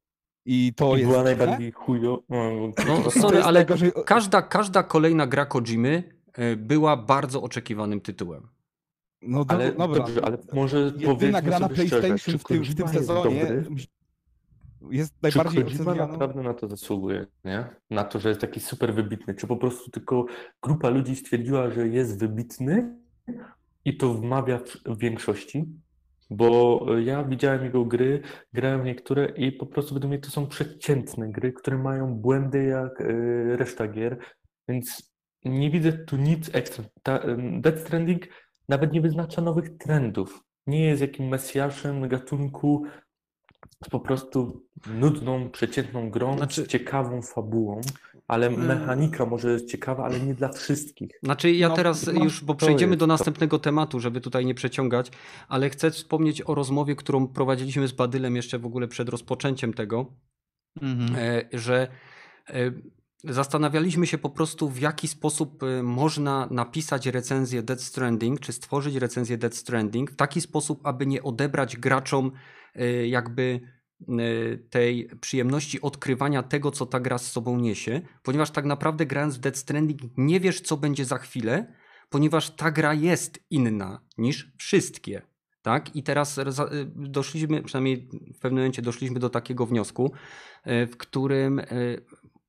I to I jest była dziwne? najbardziej chujo. No To sorry, jest ale najgorzej- każda, każda kolejna gra Kojimy y, była bardzo oczekiwanym tytułem. No do, Ale dobra. dobrze, ale może Jedyna powiedzmy gra na sobie szczerze, PlayStation czy w tym, w tym Kojima jest sezonie dobry? jest Czy najbardziej Kojima ocenianą. naprawdę na to zasługuje, nie? Na to, że jest taki super wybitny? Czy po prostu tylko grupa ludzi stwierdziła, że jest wybitny i to wmawia w, w większości? Bo ja widziałem jego gry, grałem w niektóre i po prostu według mnie to są przeciętne gry, które mają błędy jak y, reszta gier, więc nie widzę tu nic ekstra. Ta, ym, Death Stranding nawet nie wyznacza nowych trendów. Nie jest jakimś mesjaszem gatunku, jest po prostu nudną, przeciętną grą Znaczy- z ciekawą fabułą, ale mechanika może jest ciekawa, ale nie dla wszystkich. Znaczy ja No, teraz no, już, bo to przejdziemy jest do to. następnego tematu, żeby tutaj nie przeciągać, ale chcę wspomnieć o rozmowie, którą prowadziliśmy z Badylem jeszcze w ogóle przed rozpoczęciem tego, Mhm. e, że e, zastanawialiśmy się po prostu, w jaki sposób e, można napisać recenzję Death Stranding, czy stworzyć recenzję Death Stranding w taki sposób, aby nie odebrać graczom e, jakby e, tej przyjemności odkrywania tego, co ta gra z sobą niesie, ponieważ tak naprawdę grając w Death Stranding nie wiesz, co będzie za chwilę, ponieważ ta gra jest inna niż wszystkie. Tak? I teraz za- y, doszliśmy, przynajmniej w pewnym momencie doszliśmy do takiego wniosku, y, w którym y,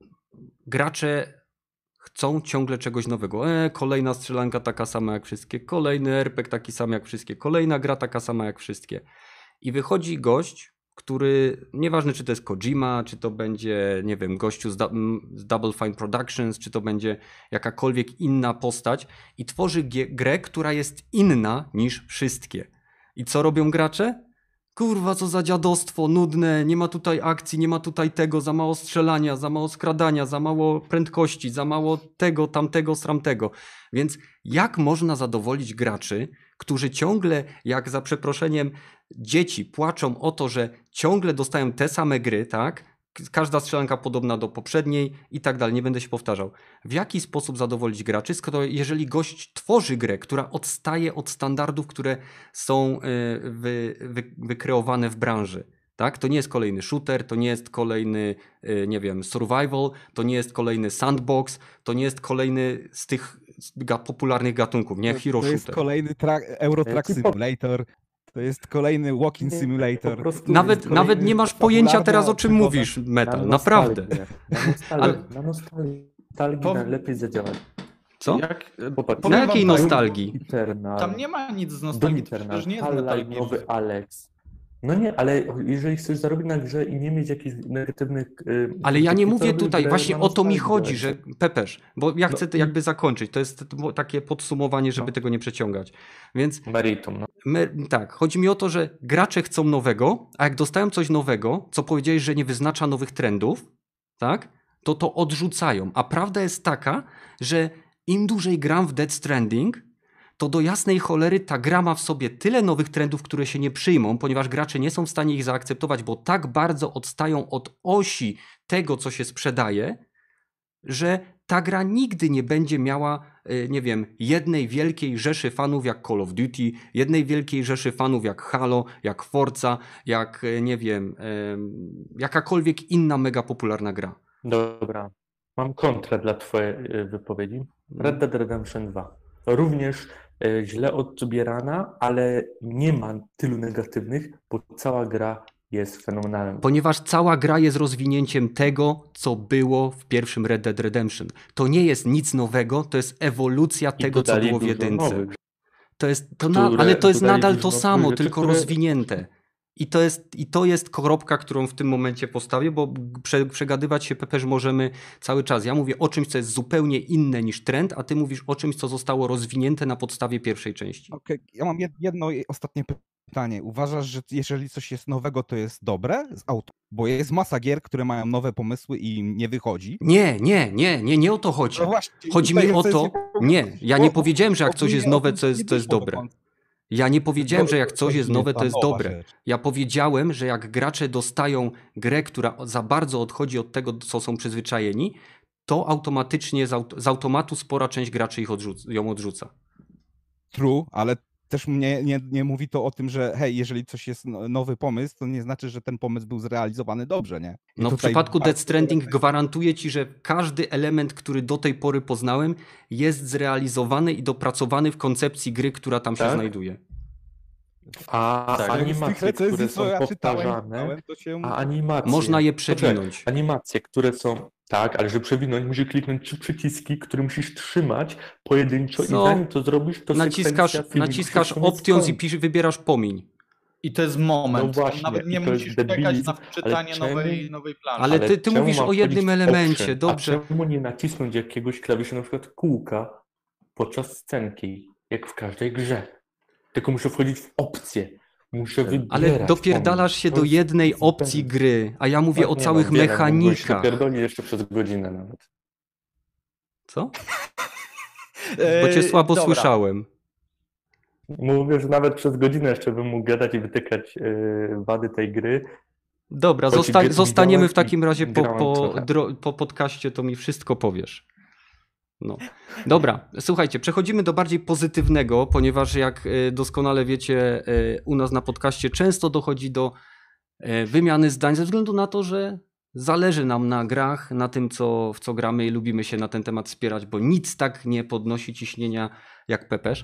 gracze chcą ciągle czegoś nowego. E, kolejna strzelanka taka sama jak wszystkie, kolejny er pe gie taki sam jak wszystkie, kolejna gra taka sama jak wszystkie. I wychodzi gość, który, nieważne czy to jest Kojima, czy to będzie, nie wiem, gościu z, du- m, z Double Fine Productions, czy to będzie jakakolwiek inna postać i tworzy gie- grę, która jest inna niż wszystkie. I co robią gracze? Kurwa, co za dziadostwo, nudne, nie ma tutaj akcji, nie ma tutaj tego, za mało strzelania, za mało skradania, za mało prędkości, za mało tego, tamtego, sramtego. Więc jak można zadowolić graczy, którzy ciągle, jak za przeproszeniem, dzieci płaczą o to, że ciągle dostają te same gry, tak? Każda strzelanka podobna do poprzedniej i tak dalej, nie będę się powtarzał. W jaki sposób zadowolić graczy, skoro jeżeli gość tworzy grę, która odstaje od standardów, które są y, wy, wy, wykreowane w branży, tak? To nie jest kolejny shooter, to nie jest kolejny, y, nie wiem, survival, to nie jest kolejny sandbox, to nie jest kolejny z tych ga- popularnych gatunków, nie? Hero To jest shooter. kolejny tra- Euro Truck Jaki po- Simulator. To jest kolejny Walking Nie, Simulator. po prostu Nawet, kolejny nawet nie masz pojęcia fabularna teraz, o czym przygoda. mówisz, na Metal, nostalgię. naprawdę. Na nostalgię, Ale- na nostalgii Pow- najlepiej zadziałać. Co? Jak, Popatrz, powiem Na wam jakiej tak, nostalgii? Eternal, Tam nie ma nic z Doom nostalgii, to Eternal, przecież nie jest Half-Life, Metal Gear. nowy Alex. No nie, ale jeżeli chcesz zarobić na grze i nie mieć jakichś negatywnych... y, Ale ja nie krytyki, to mówię robisz tutaj, grę właśnie na o to mi nostalgię, chodzi, że tak? Pepeż, bo ja No chcę to i- jakby zakończyć, to jest t- takie podsumowanie, żeby No. tego nie przeciągać. Więc Meritum, no. my, tak, chodzi mi o to, że gracze chcą nowego, a jak dostają coś nowego, co powiedziałeś, że nie wyznacza nowych trendów, tak, to to odrzucają. A prawda jest taka, że im dłużej gram w Death Stranding, to do jasnej cholery ta gra ma w sobie tyle nowych trendów, które się nie przyjmą, ponieważ gracze nie są w stanie ich zaakceptować, bo tak bardzo odstają od osi tego, co się sprzedaje, że ta gra nigdy nie będzie miała, y, nie wiem, jednej wielkiej rzeszy fanów jak Call of Duty, jednej wielkiej rzeszy fanów jak Halo, jak Forza, jak, y, nie wiem, ym, jakakolwiek inna mega popularna gra. Dobra. Mam kontrę dla twojej y, wypowiedzi. Red Dead Redemption dwa. Również y, źle odbierana, ale nie ma tylu negatywnych, bo cała gra jest fenomenalna. Ponieważ cała gra jest rozwinięciem tego, co było w pierwszym Red Dead Redemption. To nie jest nic nowego, to jest ewolucja I tego, co dodali było w dużo jedynce. nowych. To jest, to na, które ale to jest dodali nadal dużo to nowych samo, rzeczy, tylko które- rozwinięte. I to, jest, I to jest kropka, którą w tym momencie postawię, bo prze, przegadywać się, Pepe, że możemy cały czas. Ja mówię o czymś, co jest zupełnie inne niż trend, a ty mówisz o czymś, co zostało rozwinięte na podstawie pierwszej części. Okej, okay. Ja mam jedno i ostatnie pytanie. Uważasz, że jeżeli coś jest nowego, to jest dobre z auto? Bo jest masa gier, które mają nowe pomysły i im nie wychodzi. Nie, nie, nie, nie, nie o to chodzi. No właśnie, chodzi mi o to, nie, ja nie powiedziałem, że jak coś jest nowe, to jest, to jest dobre. Ja nie powiedziałem, że jak coś jest nowe, to jest dobre. Ja powiedziałem, że jak gracze dostają grę, która za bardzo odchodzi od tego, co są przyzwyczajeni, to automatycznie z, aut z automatu spora część graczy ich odrzuca, ją odrzuca. True, ale też mnie nie, nie mówi to o tym, że hej, jeżeli coś jest nowy pomysł, to nie znaczy, że ten pomysł był zrealizowany dobrze, nie? I no w przypadku Death Stranding gwarantuję ci, że każdy element, który do tej pory poznałem, jest zrealizowany i dopracowany w koncepcji gry, która tam się tak? znajduje. A tak, animacje, które są ja powtarzane, czytałem, się... a animacje... Można je przewinąć. Poczekaj, animacje, które są... Tak, ale żeby przewinąć, musisz kliknąć trzy przyciski, które musisz trzymać pojedynczo no, i zanim to zrobisz, to naciskasz, naciskasz options i pisz, wybierasz pomiń. I to jest moment. No właśnie, nawet nie musisz czekać na wczytanie czemu, nowej, nowej planszy. Ale ty, ty mówisz o jednym elemencie, option, dobrze. A czemu nie nacisnąć jakiegoś klawisza, na przykład kółka podczas scenki, jak w każdej grze? Tylko muszę wchodzić w opcje. Muszę wybierać. Ale dopierdalasz się do jednej opcji gry, a ja mówię o całych mechanikach. Dopierdoli jeszcze przez godzinę nawet. Co? Bo cię słabo Dobra. słyszałem. Mówię, że nawet przez godzinę jeszcze bym mógł gadać i wytykać yy, wady tej gry. Dobra, zosta zostaniemy w takim razie po, po, po podcaście, to mi wszystko powiesz. No. Dobra, słuchajcie, przechodzimy do bardziej pozytywnego, ponieważ jak doskonale wiecie, u nas na podcaście często dochodzi do wymiany zdań ze względu na to, że zależy nam na grach, na tym, co, w co gramy i lubimy się na ten temat wspierać, bo nic tak nie podnosi ciśnienia jak pepesz.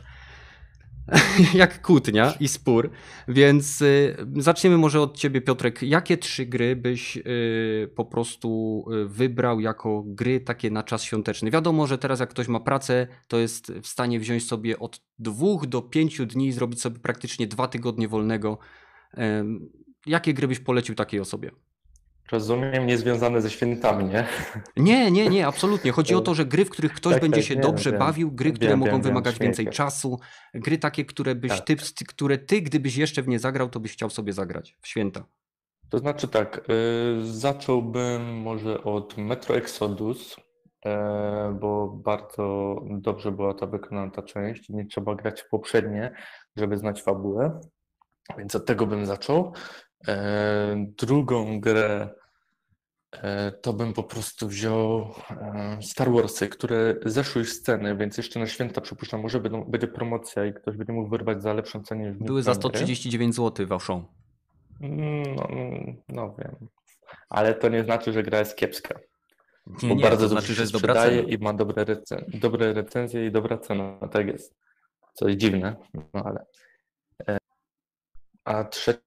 Jak kłótnia i spór, więc y, zaczniemy może od ciebie, Piotrek. Jakie trzy gry byś y, po prostu y, wybrał jako gry takie na czas świąteczny? Wiadomo, że teraz jak ktoś ma pracę, to jest w stanie wziąć sobie od dwóch do pięciu dni, zrobić sobie praktycznie dwa tygodnie wolnego. Y, jakie gry byś polecił takiej osobie? Rozumiem, niezwiązane ze świętami, nie? Nie, nie, nie, absolutnie. Chodzi o to, że gry, w których ktoś tak, będzie tak, się wiem, dobrze wiem. bawił, gry, które wiem, mogą wiem, wymagać wiem, więcej śmiecie. czasu, gry takie, które byś tak. ty, które ty, gdybyś jeszcze w nie zagrał, to byś chciał sobie zagrać w święta. To znaczy tak, y, zacząłbym może od Metro Exodus, y, bo bardzo dobrze była ta wykonana ta część i nie trzeba grać w poprzednie, żeby znać fabułę, więc od tego bym zaczął. Y, drugą grę to bym po prostu wziął Star Warsy, które zeszły już sceny, więc jeszcze na święta przypuszczam, może będą, będzie promocja i ktoś będzie mógł wyrwać za lepszą cenę niż Były za sto trzydzieści dziewięć złotych w Auchan. No, no wiem, ale to nie znaczy, że gra jest kiepska. Nie, bo nie, bardzo to znaczy, że jest dobra sprzedaje cena. I ma dobre, recen dobre recenzje i dobra cena, tak jest. Co jest dziwne, no ale... A trzecia...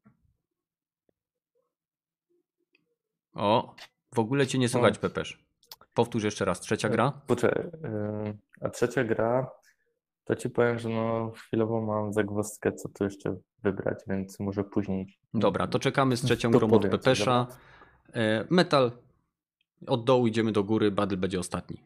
O, w ogóle cię nie słychać, Pepesz. Powtórz jeszcze raz, trzecia gra? Poczekaj, a trzecia gra, to ci powiem, że no chwilowo mam zagwozdkę, co tu jeszcze wybrać, więc może później. Dobra, to czekamy z trzecią grą od Pepesza. Metal, od dołu idziemy do góry, Battle będzie ostatni.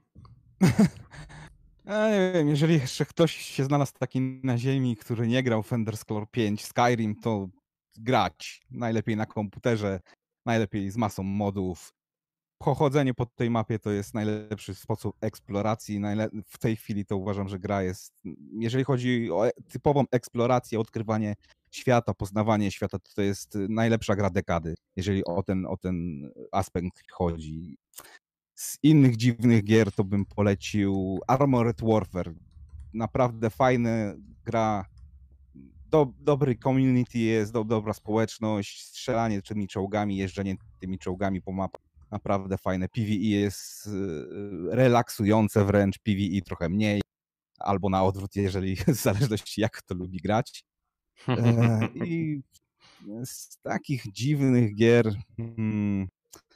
Ja nie wiem, jeżeli jeszcze ktoś się znalazł taki na ziemi, który nie grał w Elder pięć, Skyrim, to grać. Najlepiej na komputerze, najlepiej z masą modów. Pochodzenie po tej mapie to jest najlepszy sposób eksploracji. Najle- w tej chwili to uważam, że gra jest, jeżeli chodzi o typową eksplorację, odkrywanie świata, poznawanie świata, to, to jest najlepsza gra dekady, jeżeli o ten, o ten aspekt chodzi. Z innych dziwnych gier to bym polecił Armored Warfare. Naprawdę fajna gra, do, dobry community jest, do, dobra społeczność, strzelanie tymi czołgami, jeżdżenie tymi czołgami po mapach. Naprawdę fajne. P V E jest relaksujące wręcz, P V E trochę mniej, albo na odwrót, jeżeli w zależności jak kto lubi grać. I z takich dziwnych gier hmm,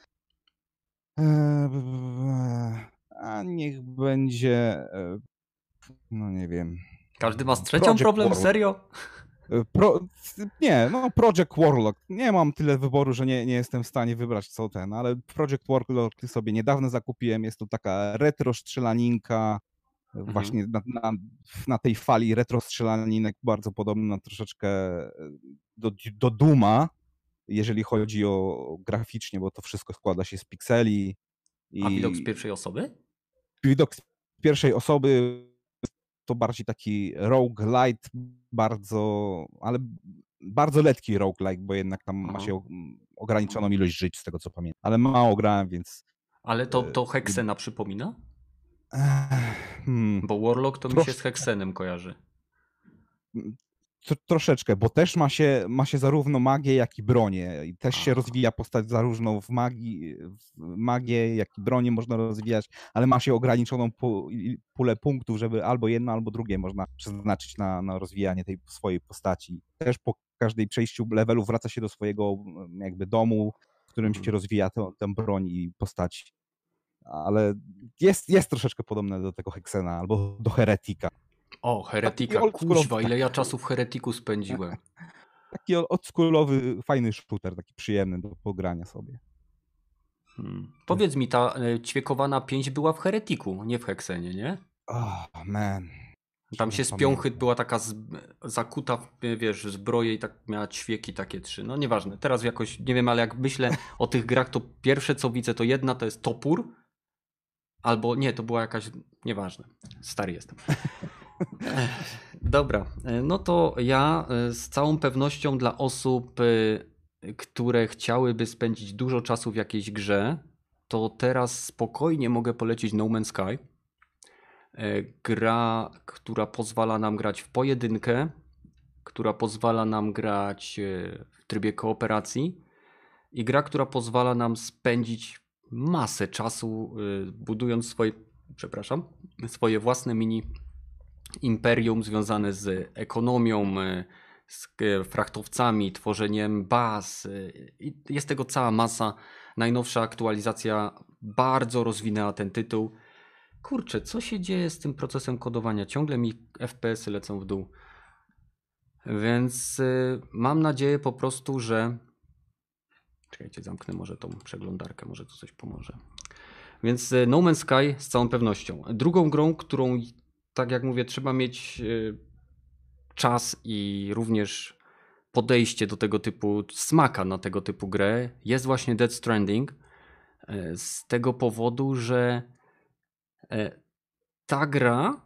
a niech będzie, no nie wiem. Każdy ma z trzecią Project problem, War. serio? Pro, nie, no Project Warlock. Nie mam tyle wyboru, że nie, nie jestem w stanie wybrać co ten, ale Project Warlock sobie niedawno zakupiłem. Jest to taka retro strzelaninka, Mhm. właśnie na, na, na tej fali retro strzelaninek, bardzo podobna troszeczkę do, do Dooma, jeżeli chodzi o graficznie, bo to wszystko składa się z pikseli. A widok z I pierwszej osoby? widok z pierwszej osoby to bardziej taki roguelite, bardzo, ale bardzo letki roguelike, bo jednak tam Aha. ma się ograniczoną ilość żyć, z tego co pamiętam. Ale mało grałem, więc... Ale to, to Hexena przypomina? Hmm, Bo Warlock to mi Trosz- się z Hexenem kojarzy. tro- troszeczkę, bo też ma się, ma się zarówno magię, jak i bronię. I też się A. rozwija postać zarówno w magii, w magię, jak i bronię można rozwijać, ale ma się ograniczoną pu- i- pulę punktów, żeby albo jedno, albo drugie można przeznaczyć na, na rozwijanie tej swojej postaci. Też po każdej przejściu levelu wraca się do swojego mm, jakby domu, w którym Mhm. się rozwija tę, tę broń i postaci. Ale jest, jest troszeczkę podobne do tego Hexena albo do Heretika. O, Heretika, old schoolowy, kuźwa, ile ja czasu w Heretiku spędziłem. Taki oldschoolowy, fajny shooter, taki przyjemny do pogrania sobie. Hmm. Powiedz mi, ta e, ćwiekowana pięść była w Heretiku, nie w Hexenie, nie? Oh, man. Tam się Nie z piąchy pamiętam. była taka z, zakuta, w, wiesz, zbroję i tak miała ćwieki takie trzy. No nieważne, teraz jakoś, nie wiem, ale jak myślę o tych grach, to pierwsze co widzę to jedna to jest topór, albo nie, to była jakaś, nieważne, stary jestem. Ech, Dobra, e, no to ja e, z całą pewnością dla osób, e, które chciałyby spędzić dużo czasu w jakiejś grze, to teraz spokojnie mogę polecić No Man's Sky. E, Gra, która pozwala nam grać w pojedynkę, która pozwala nam grać e, w trybie kooperacji i gra, która pozwala nam spędzić masę czasu e, budując swoje, przepraszam, swoje własne mini imperium związane z ekonomią, e, z e, frachtowcami, tworzeniem baz. e, I jest tego cała masa. Najnowsza aktualizacja bardzo rozwinęła ten tytuł. Kurczę, co się dzieje z tym procesem kodowania? Ciągle mi F P S-y lecą w dół. Więc y, mam nadzieję po prostu, że... Czekajcie, zamknę może tą przeglądarkę, może to coś pomoże. Więc y, No Man's Sky z całą pewnością. Drugą grą, którą, tak jak mówię, trzeba mieć y, czas i również podejście do tego typu, smaka na tego typu grę, jest właśnie Death Stranding. y, Z tego powodu, że y, ta gra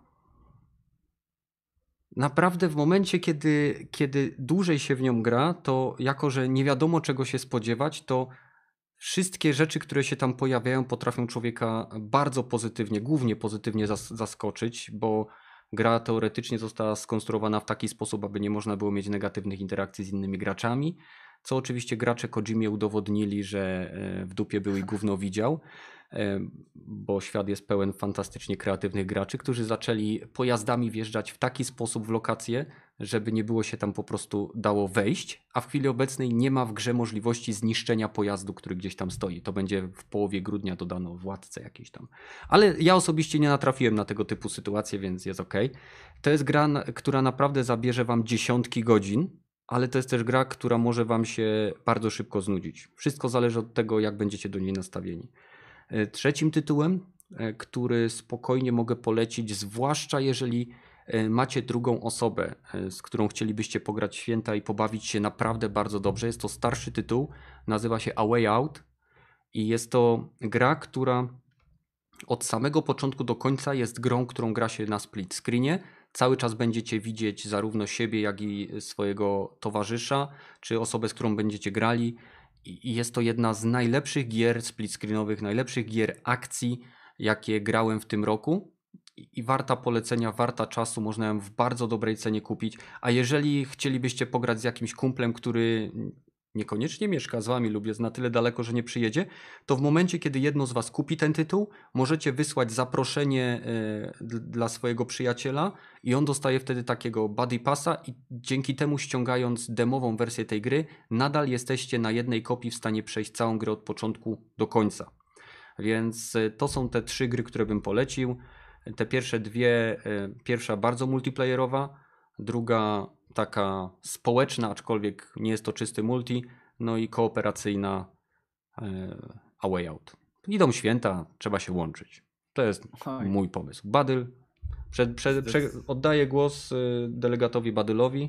naprawdę w momencie, kiedy, kiedy dłużej się w nią gra, to jako, że nie wiadomo czego się spodziewać, to wszystkie rzeczy, które się tam pojawiają, potrafią człowieka bardzo pozytywnie, głównie pozytywnie zas- zaskoczyć, bo gra teoretycznie została skonstruowana w taki sposób, aby nie można było mieć negatywnych interakcji z innymi graczami, co oczywiście gracze Kojimie udowodnili, że e, w dupie był i gówno widział, e, bo świat jest pełen fantastycznie kreatywnych graczy, którzy zaczęli pojazdami wjeżdżać w taki sposób w lokacje, żeby nie było się tam po prostu dało wejść, a w chwili obecnej nie ma w grze możliwości zniszczenia pojazdu, który gdzieś tam stoi. To będzie w połowie grudnia dodano władce jakiejś tam. Ale ja osobiście nie natrafiłem na tego typu sytuacje, więc jest ok. To jest gra, na- która naprawdę zabierze wam dziesiątki godzin, ale to jest też gra, która może wam się bardzo szybko znudzić. Wszystko zależy od tego, jak będziecie do niej nastawieni. E, Trzecim tytułem, e, który spokojnie mogę polecić, zwłaszcza jeżeli e, macie drugą osobę, e, z którą chcielibyście pograć święta i pobawić się naprawdę bardzo dobrze. Jest to starszy tytuł, nazywa się A Way Out i jest to gra, która od samego początku do końca jest grą, którą gra się na split screenie. Cały czas będziecie widzieć zarówno siebie, jak i swojego towarzysza, czy osobę, z którą będziecie grali. I i jest to jedna z najlepszych gier split screenowych, najlepszych gier akcji, jakie grałem w tym roku. I i warta polecenia, warta czasu, można ją w bardzo dobrej cenie kupić. A jeżeli chcielibyście pograć z jakimś kumplem, który niekoniecznie mieszka z wami lub jest na tyle daleko, że nie przyjedzie, to w momencie, kiedy jedno z was kupi ten tytuł, możecie wysłać zaproszenie e, d- dla swojego przyjaciela i on dostaje wtedy takiego buddy passa i dzięki temu, ściągając demową wersję tej gry, nadal jesteście na jednej kopii w stanie przejść całą grę od początku do końca. Więc e, to są te trzy gry, które bym polecił. Te pierwsze dwie, e, pierwsza bardzo multiplayerowa, druga taka społeczna, aczkolwiek nie jest to czysty multi, no i kooperacyjna e, A Way Out. Idą święta, trzeba się łączyć. To jest Oj. mój pomysł. Badyl, przed, przed, przed, oddaję głos y, delegatowi Badylowi.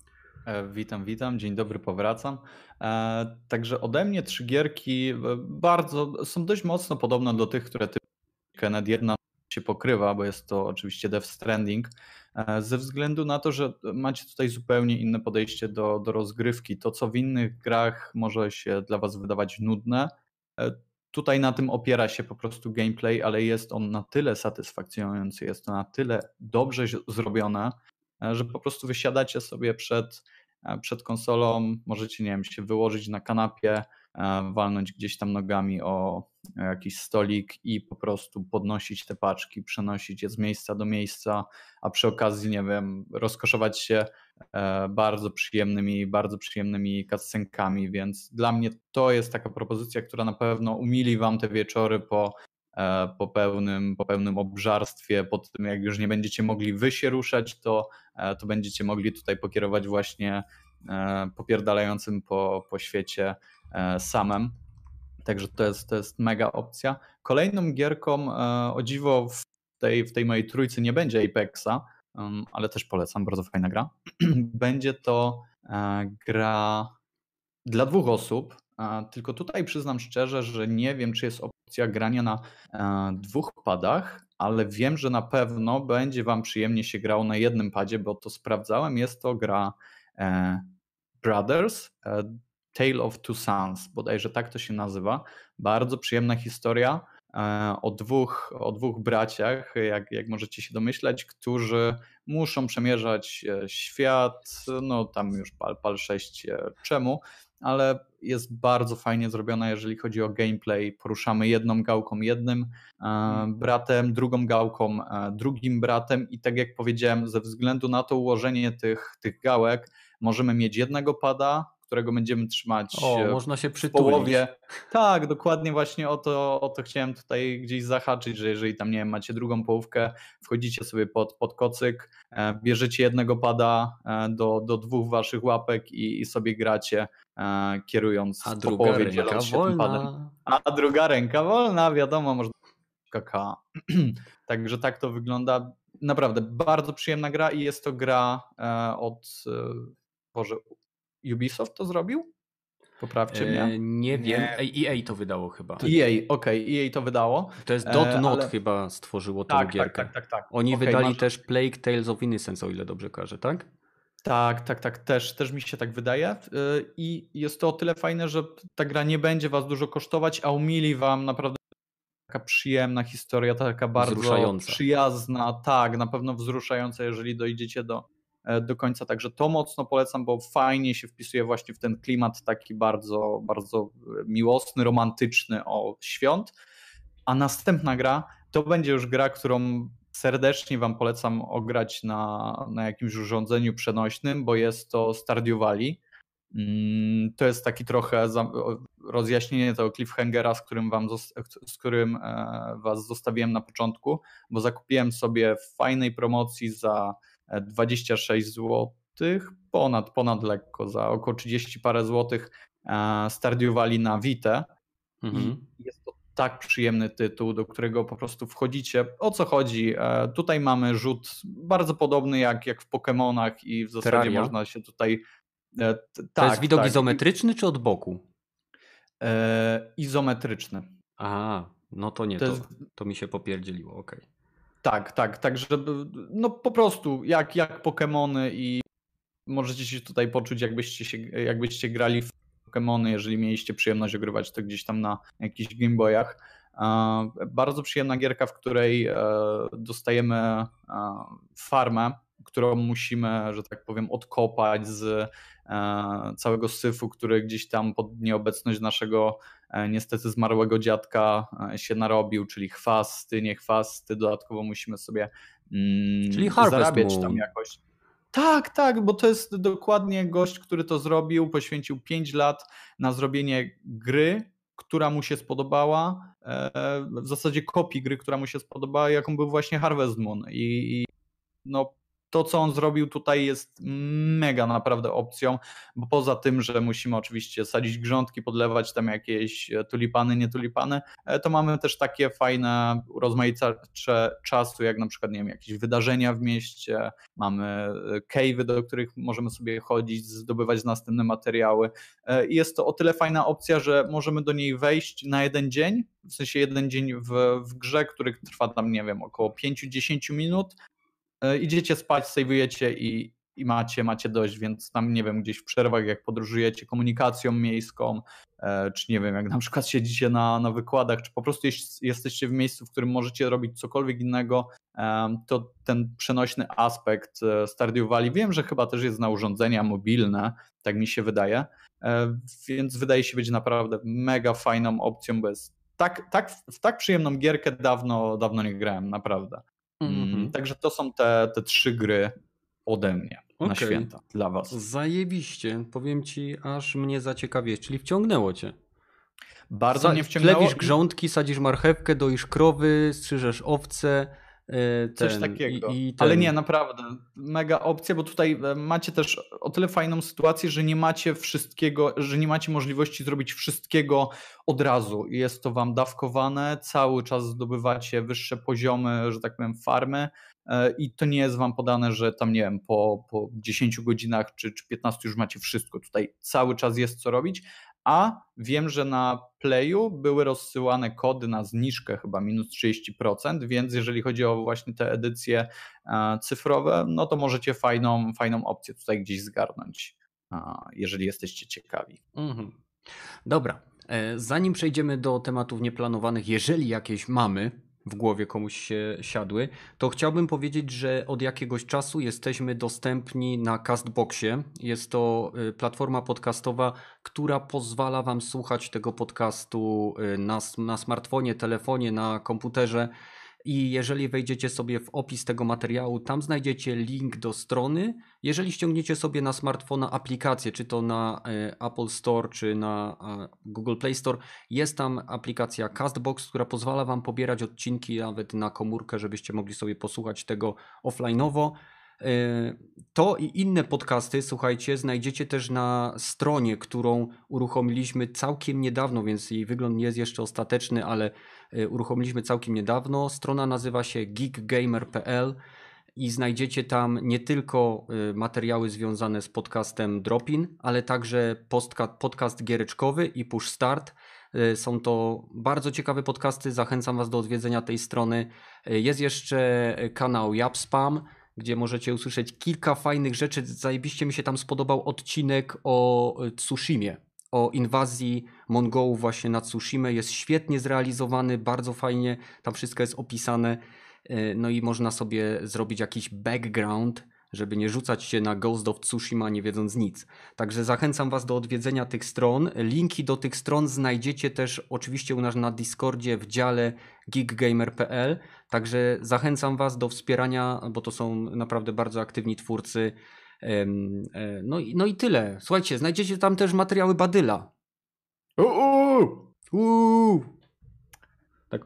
E, Witam, witam, dzień dobry, powracam. E, Także ode mnie trzy gierki e, bardzo są dość mocno podobne do tych, które ty, Kenneth. Jedna się pokrywa, bo jest to oczywiście Death Stranding, e, ze względu na to, że macie tutaj zupełnie inne podejście do, do rozgrywki. To, co w innych grach może się dla was wydawać nudne, e, tutaj na tym opiera się po prostu gameplay, ale jest on na tyle satysfakcjonujący, jest to na tyle dobrze ź- zrobione, e, że po prostu wysiadacie sobie przed, e, przed konsolą, możecie, nie wiem, się wyłożyć na kanapie, e, walnąć gdzieś tam nogami o jakiś stolik i po prostu podnosić te paczki, przenosić je z miejsca do miejsca, a przy okazji, nie wiem, rozkoszować się e, bardzo przyjemnymi, bardzo przyjemnymi cutscenkami, więc dla mnie to jest taka propozycja, która na pewno umili wam te wieczory po, e, po, pełnym, po pełnym obżarstwie, po tym jak już nie będziecie mogli wy się ruszać, to, e, to będziecie mogli tutaj pokierować właśnie e, popierdalającym po, po świecie e, samem. Także to jest, to jest mega opcja. Kolejną gierką, e, o dziwo w tej, w tej mojej trójce nie będzie Apexa, um, ale też polecam, bardzo fajna gra. Będzie to e, gra dla dwóch osób, e, tylko tutaj przyznam szczerze, że nie wiem, czy jest opcja grania na e, dwóch padach, ale wiem, że na pewno będzie wam przyjemnie się grało na jednym padzie, bo to sprawdzałem, jest to gra e, Brothers, e, Tale of Two Sons, bodajże tak to się nazywa. Bardzo przyjemna historia e, o dwóch, o dwóch braciach, jak, jak możecie się domyślać, którzy muszą przemierzać e, świat, no tam już pal, pal sześć e, czemu, ale jest bardzo fajnie zrobiona, jeżeli chodzi o gameplay. Poruszamy jedną gałką jednym e, bratem, drugą gałką e, drugim bratem i tak jak powiedziałem, ze względu na to ułożenie tych, tych gałek możemy mieć jednego pada, którego będziemy trzymać O, e, można się w przytulić. połowie. Tak, dokładnie właśnie o to, o to chciałem tutaj gdzieś zahaczyć, że jeżeli tam, nie wiem, macie drugą połówkę, wchodzicie sobie pod, pod kocyk, e, bierzecie jednego pada e, do, do dwóch waszych łapek i, i sobie gracie, e, kierując A po druga połowie, ręka dzieląc się tym padem. wolna. A druga ręka wolna, wiadomo, można kaka. Także tak to wygląda. Naprawdę bardzo przyjemna gra i jest to gra e, od e, Boże, Ubisoft to zrobił? Poprawcie mnie. E, nie wiem. Nie. E A to wydało chyba. E A, okej, E A to wydało. To jest E, Dot Not ale- chyba stworzyło tą Tak, tak, gierkę. tak, tak, tak. Oni Okej, wydali masz- też Plague Tales of Innocence, o ile dobrze kojarzę, tak? Tak, tak, tak, też, też mi się tak wydaje. Y, I jest to o tyle fajne, że ta gra nie będzie was dużo kosztować, a umili wam naprawdę taka przyjemna historia, taka bardzo Wzruszająca. przyjazna, tak, na pewno wzruszająca, jeżeli dojdziecie do, e, do końca. Także to mocno polecam, bo fajnie się wpisuje właśnie w ten klimat taki bardzo, bardzo miłosny, romantyczny o świąt. A następna gra to będzie już gra, którą serdecznie wam polecam ograć na, na jakimś urządzeniu przenośnym, bo jest to Stardew Valley. Mm, To jest taki trochę za- o- rozjaśnienie tego cliffhangera, z którym, wam zos- z którym e, was zostawiłem na początku, bo zakupiłem sobie w fajnej promocji za e, dwadzieścia sześć złotych, ponad, ponad lekko, za około trzydzieści parę złotych e, Stardew Valley na Vita. Mhm. I jest to tak przyjemny tytuł, do którego po prostu wchodzicie. O co chodzi? E, Tutaj mamy rzut bardzo podobny jak, jak w Pokémonach i w zasadzie Terraria? można się tutaj... e, t- To tak, jest widok tak. izometryczny czy od boku? E, izometryczny. A, no to nie, To to, jest- to mi się popierdzieliło, okej. Tak, tak, tak, żeby no po prostu jak, jak Pokémony i możecie się tutaj poczuć, jakbyście, się, jakbyście grali w Pokémony, jeżeli mieliście przyjemność ogrywać to gdzieś tam na jakichś Game Boyach. E, Bardzo przyjemna gierka, w której e, dostajemy e, farmę, którą musimy, że tak powiem, odkopać z e, całego syfu, który gdzieś tam pod nieobecność naszego e, niestety zmarłego dziadka e, się narobił, czyli chwasty, nie chwasty, dodatkowo musimy sobie mm, Czyli Harvest zarabiać Moon. tam jakoś. Tak, tak, bo to jest dokładnie gość, który to zrobił, poświęcił pięć lat na zrobienie gry, która mu się spodobała, e, w zasadzie kopii gry, która mu się spodobała, jaką był właśnie Harvest Moon i, i no to, co on zrobił tutaj jest mega naprawdę opcją, bo poza tym, że musimy oczywiście sadzić grządki, podlewać tam jakieś tulipany, nie tulipany, to mamy też takie fajne, rozmaite czasu, jak na przykład, nie wiem, jakieś wydarzenia w mieście, mamy cave'y, do których możemy sobie chodzić, zdobywać następne materiały i jest to o tyle fajna opcja, że możemy do niej wejść na jeden dzień, w sensie jeden dzień w, w grze, który trwa tam, nie wiem, około pięć do dziesięciu minut, idziecie spać, sejwujecie i, i macie, macie dość, więc tam, nie wiem, gdzieś w przerwach, jak podróżujecie komunikacją miejską, czy nie wiem, jak na przykład siedzicie na, na wykładach, czy po prostu jest, jesteście w miejscu, w którym możecie robić cokolwiek innego, to ten przenośny aspekt Stardew Valley, wiem, że chyba też jest na urządzenia mobilne, tak mi się wydaje, więc wydaje się być naprawdę mega fajną opcją, bo jest tak, tak, w tak przyjemną gierkę dawno, dawno nie grałem, naprawdę. Mm-hmm. Także to są te, te trzy gry ode mnie okay. na święta dla was. Zajebiście. Powiem ci, aż mnie zaciekawiłeś, czyli wciągnęło cię. Bardzo Sa- mnie wciągnęło. Plewisz grządki, sadzisz marchewkę, doisz krowy, strzyżesz owce. Ten, Coś takiego. I, i ten... Ale nie, naprawdę mega opcja, bo tutaj macie też o tyle fajną sytuację, że nie macie wszystkiego, że nie macie możliwości zrobić wszystkiego od razu. Jest to wam dawkowane, cały czas zdobywacie wyższe poziomy, że tak powiem, farmy i to nie jest wam podane, że tam, nie wiem, po, po dziesięciu godzinach czy, czy piętnastu już macie wszystko. Tutaj cały czas jest co robić. A wiem, że na Playu były rozsyłane kody na zniżkę chyba minus trzydzieści procent, więc jeżeli chodzi o właśnie te edycje cyfrowe, no to możecie fajną, fajną opcję tutaj gdzieś zgarnąć, jeżeli jesteście ciekawi. Mhm. Dobra, zanim przejdziemy do tematów nieplanowanych, jeżeli jakieś mamy, w głowie komuś się siadły, to chciałbym powiedzieć, że od jakiegoś czasu jesteśmy dostępni na Castboxie. Jest to platforma podcastowa, która pozwala wam słuchać tego podcastu na, na smartfonie, telefonie, na komputerze. I jeżeli wejdziecie sobie w opis tego materiału, tam znajdziecie link do strony. Jeżeli ściągniecie sobie na smartfona aplikację, czy to na Apple Store, czy na Google Play Store, jest tam aplikacja Castbox, która pozwala wam pobierać odcinki nawet na komórkę, żebyście mogli sobie posłuchać tego offline'owo. To i inne podcasty, słuchajcie, znajdziecie też na stronie, którą uruchomiliśmy całkiem niedawno, więc jej wygląd nie jest jeszcze ostateczny, ale uruchomiliśmy całkiem niedawno. Strona nazywa się geek gamer kropka p l i znajdziecie tam nie tylko materiały związane z podcastem Drop-In, ale także podcast giereczkowy i Push Start. Są to bardzo ciekawe podcasty, zachęcam was do odwiedzenia tej strony. Jest jeszcze kanał Japspam, gdzie możecie usłyszeć kilka fajnych rzeczy. Zajebiście mi się tam spodobał odcinek o Tsushimie, o inwazji Mongołów właśnie na Tsushimę. Jest świetnie zrealizowany, bardzo fajnie, tam wszystko jest opisane. No i można sobie zrobić jakiś background, żeby nie rzucać się na Ghost of Tsushima nie wiedząc nic. Także zachęcam was do odwiedzenia tych stron. Linki do tych stron znajdziecie też oczywiście u nas na Discordzie w dziale geek gamer kropka p l. Także zachęcam was do wspierania, bo to są naprawdę bardzo aktywni twórcy. No i, no i tyle. Słuchajcie, znajdziecie tam też materiały Badyla. Uuu! Uuu! Tak.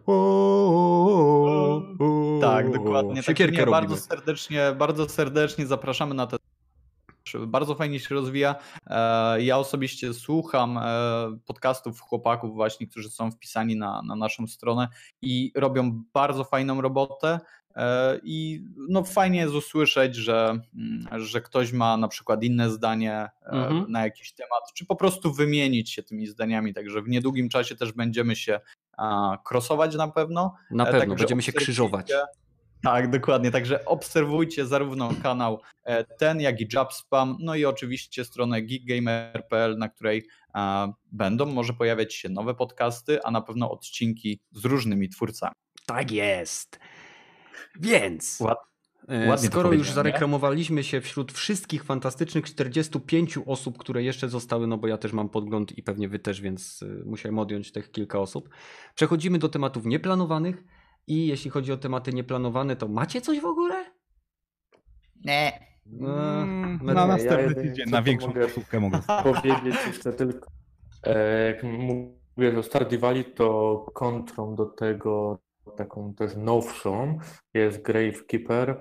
Tak, dokładnie. Siekierkę tak, nie, robimy. Bardzo serdecznie, bardzo serdecznie zapraszamy na te. Bardzo fajnie się rozwija. Ja osobiście słucham podcastów chłopaków właśnie, którzy są wpisani na, na naszą stronę i robią bardzo fajną robotę. I no fajnie jest usłyszeć, że, że ktoś ma na przykład inne zdanie mhm. na jakiś temat, czy po prostu wymienić się tymi zdaniami. Także w niedługim czasie też będziemy się crossować na pewno. Na pewno, Także będziemy się krzyżować. Tak, dokładnie. Także obserwujcie zarówno kanał ten, jak i Japspam, no i oczywiście stronę geek gamer kropka p l, na której a, będą może pojawiać się nowe podcasty, a na pewno odcinki z różnymi twórcami. Tak jest. Więc Ład, ładnie skoro już zareklamowaliśmy się wśród wszystkich fantastycznych czterdziestu pięciu osób, które jeszcze zostały, no bo ja też mam podgląd i pewnie wy też, więc musiałem odjąć tych kilka osób. Przechodzimy do tematów nieplanowanych. I jeśli chodzi o tematy nieplanowane, to macie coś w ogóle? Nie. Mm, na na następny ja tydzień, na większą posłówkę mogę powiedzieć jeszcze tylko. E, jak mówię o Stardew Valley, to kontrą do tego, taką też nowszą, jest Gravekeeper. To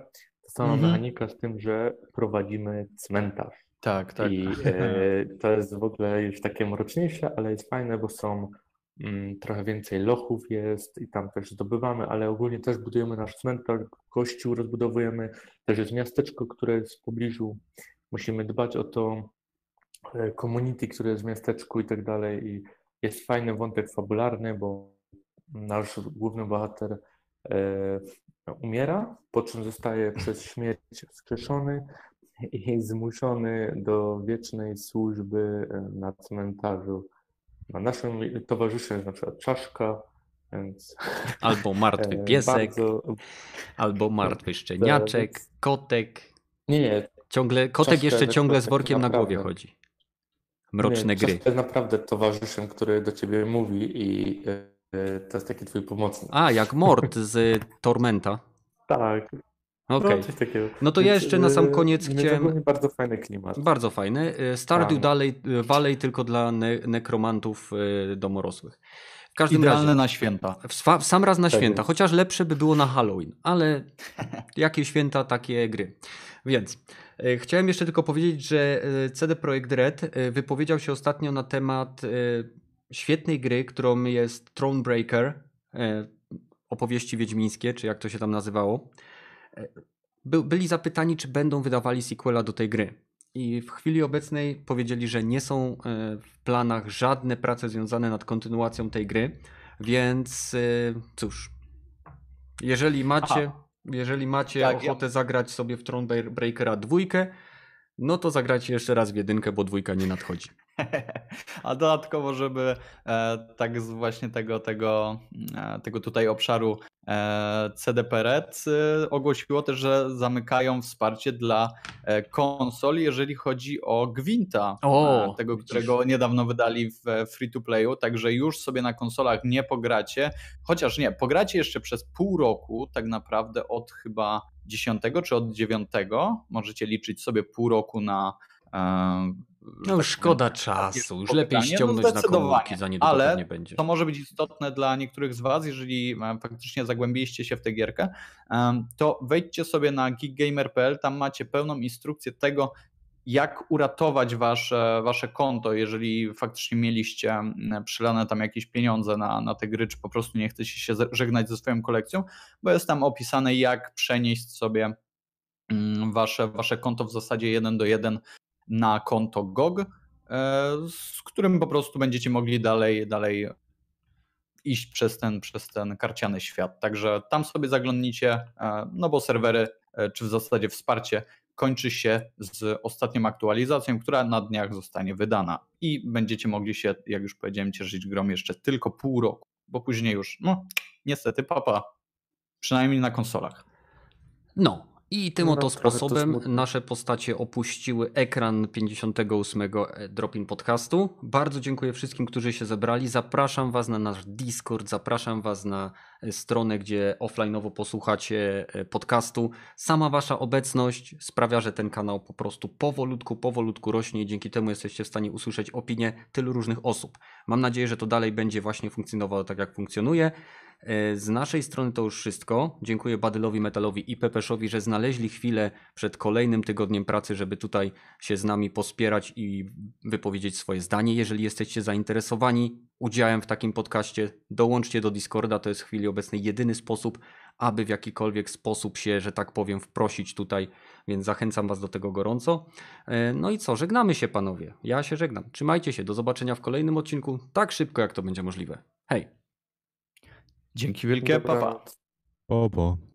sama Mhm. mechanika z tym, że prowadzimy cmentarz. Tak, tak. I e, to jest w ogóle już takie mroczniejsze, ale jest fajne, bo są mm, trochę więcej lochów jest i tam też zdobywamy, ale ogólnie też budujemy nasz cmentarz, kościół rozbudowujemy, też jest miasteczko, które jest w pobliżu. Musimy dbać o to e, community, które jest w miasteczku i tak dalej. I jest fajny wątek fabularny, bo nasz główny bohater e, umiera, po czym zostaje przez śmierć wskrzeszony i zmuszony do wiecznej służby na cmentarzu. Na naszym towarzyszem jest na przykład czaszka, więc Albo martwy e, piesek, bardzo... albo martwy szczeniaczek, więc- kotek. Nie, nie, Ciągle, kotek Czaszka jeszcze jest ciągle z takim workiem na głowie naprawdę- chodzi. Mroczne nie, gry. czaszka jest naprawdę towarzyszem, który do ciebie mówi i e, to jest taki twój pomocnik. A, jak Mort z Tormenta. Tak, Okej. no coś takiego. No to ja Więc, jeszcze na sam e, koniec więc chciałem... ogólnie bardzo fajny klimat. Bardzo fajny. Y, Stardew Tak. dalej, y, Valley tylko dla ne nekromantów y, domorosłych. W każdym Idealne razie, na święta. w, swa- w sam raz na Tak święta, jest. chociaż lepsze by było na Halloween, ale jakie święta, takie gry. Więc y, chciałem jeszcze tylko powiedzieć, że y, C D Projekt Red y, wypowiedział się ostatnio na temat y, świetnej gry, którą jest Thronebreaker, y, opowieści wiedźmińskie, czy jak to się tam nazywało. By, byli zapytani, czy będą wydawali sequela do tej gry. I w chwili obecnej powiedzieli, że nie są e, w planach żadne prace związane nad kontynuacją tej gry, więc e, cóż, jeżeli macie, Aha. jeżeli macie Tak, ja- ochotę zagrać sobie w Thronebreakera dwójkę, no to zagrajcie jeszcze raz w jedynkę, bo dwójka nie nadchodzi. A dodatkowo, żeby e, tak z właśnie tego, tego, e, tego tutaj obszaru e, C D P Red e, ogłosiło też, że zamykają wsparcie dla e, konsol, jeżeli chodzi o Gwinta, O, e, tego, widzisz. którego niedawno wydali w e, free-to-playu, także już sobie na konsolach nie pogracie, chociaż nie, pogracie jeszcze przez pół roku, tak naprawdę od chyba dziesiątego czy od dziewiątego, możecie liczyć sobie pół roku na e, No już tak szkoda powiem, czasu, już pobranie. lepiej No ściągnąć na zdecydowanie, komórki, za niedługo ale pewnie będzie. to może być istotne dla niektórych z Was, jeżeli e, faktycznie zagłębiliście się w tę gierkę, em, to wejdźcie sobie na geekgamer kropka p l, tam macie pełną instrukcję tego, jak uratować wasze, wasze konto, jeżeli faktycznie mieliście mm, przylane tam jakieś pieniądze na, na te gry, czy po prostu nie chcecie się ze- żegnać ze swoją kolekcją, bo jest tam opisane, jak przenieść sobie mm, wasze, wasze konto w zasadzie jeden do jeden na konto G O G, e, z którym po prostu będziecie mogli dalej, dalej iść przez ten, przez ten karciany świat. Także tam sobie zaglądnijcie, e, no bo serwery, e, czy w zasadzie wsparcie kończy się z ostatnią aktualizacją, która na dniach zostanie wydana i będziecie mogli się, jak już powiedziałem, cieszyć grą jeszcze tylko pół roku, bo później już, no niestety papa, przynajmniej na konsolach. No i tym No, oto trochę to sposobem smutne. nasze postacie opuściły ekran pięćdziesiątego ósmego Drop-in Podcastu. Bardzo dziękuję wszystkim, którzy się zebrali. Zapraszam Was na nasz Discord, zapraszam Was na stronę, gdzie offline'owo posłuchacie podcastu. Sama Wasza obecność sprawia, że ten kanał po prostu powolutku, powolutku rośnie i dzięki temu jesteście w stanie usłyszeć opinie tylu różnych osób. Mam nadzieję, że to dalej będzie właśnie funkcjonowało tak, jak funkcjonuje. Z naszej strony to już wszystko. Dziękuję Badylowi, Metalowi i Pepeszowi, że znaleźli chwilę przed kolejnym tygodniem pracy, żeby tutaj się z nami pospierać i wypowiedzieć swoje zdanie. Jeżeli jesteście zainteresowani udziałem w takim podcaście, dołączcie do Discorda. To jest w chwili obecnej jedyny sposób, aby w jakikolwiek sposób się, że tak powiem, wprosić tutaj, więc zachęcam Was do tego gorąco. No i co, żegnamy się panowie. Ja się żegnam. Trzymajcie się, do zobaczenia w kolejnym odcinku, tak szybko jak to będzie możliwe. Hej! Dzięki wielkie, papa. Dobranoc. Popo.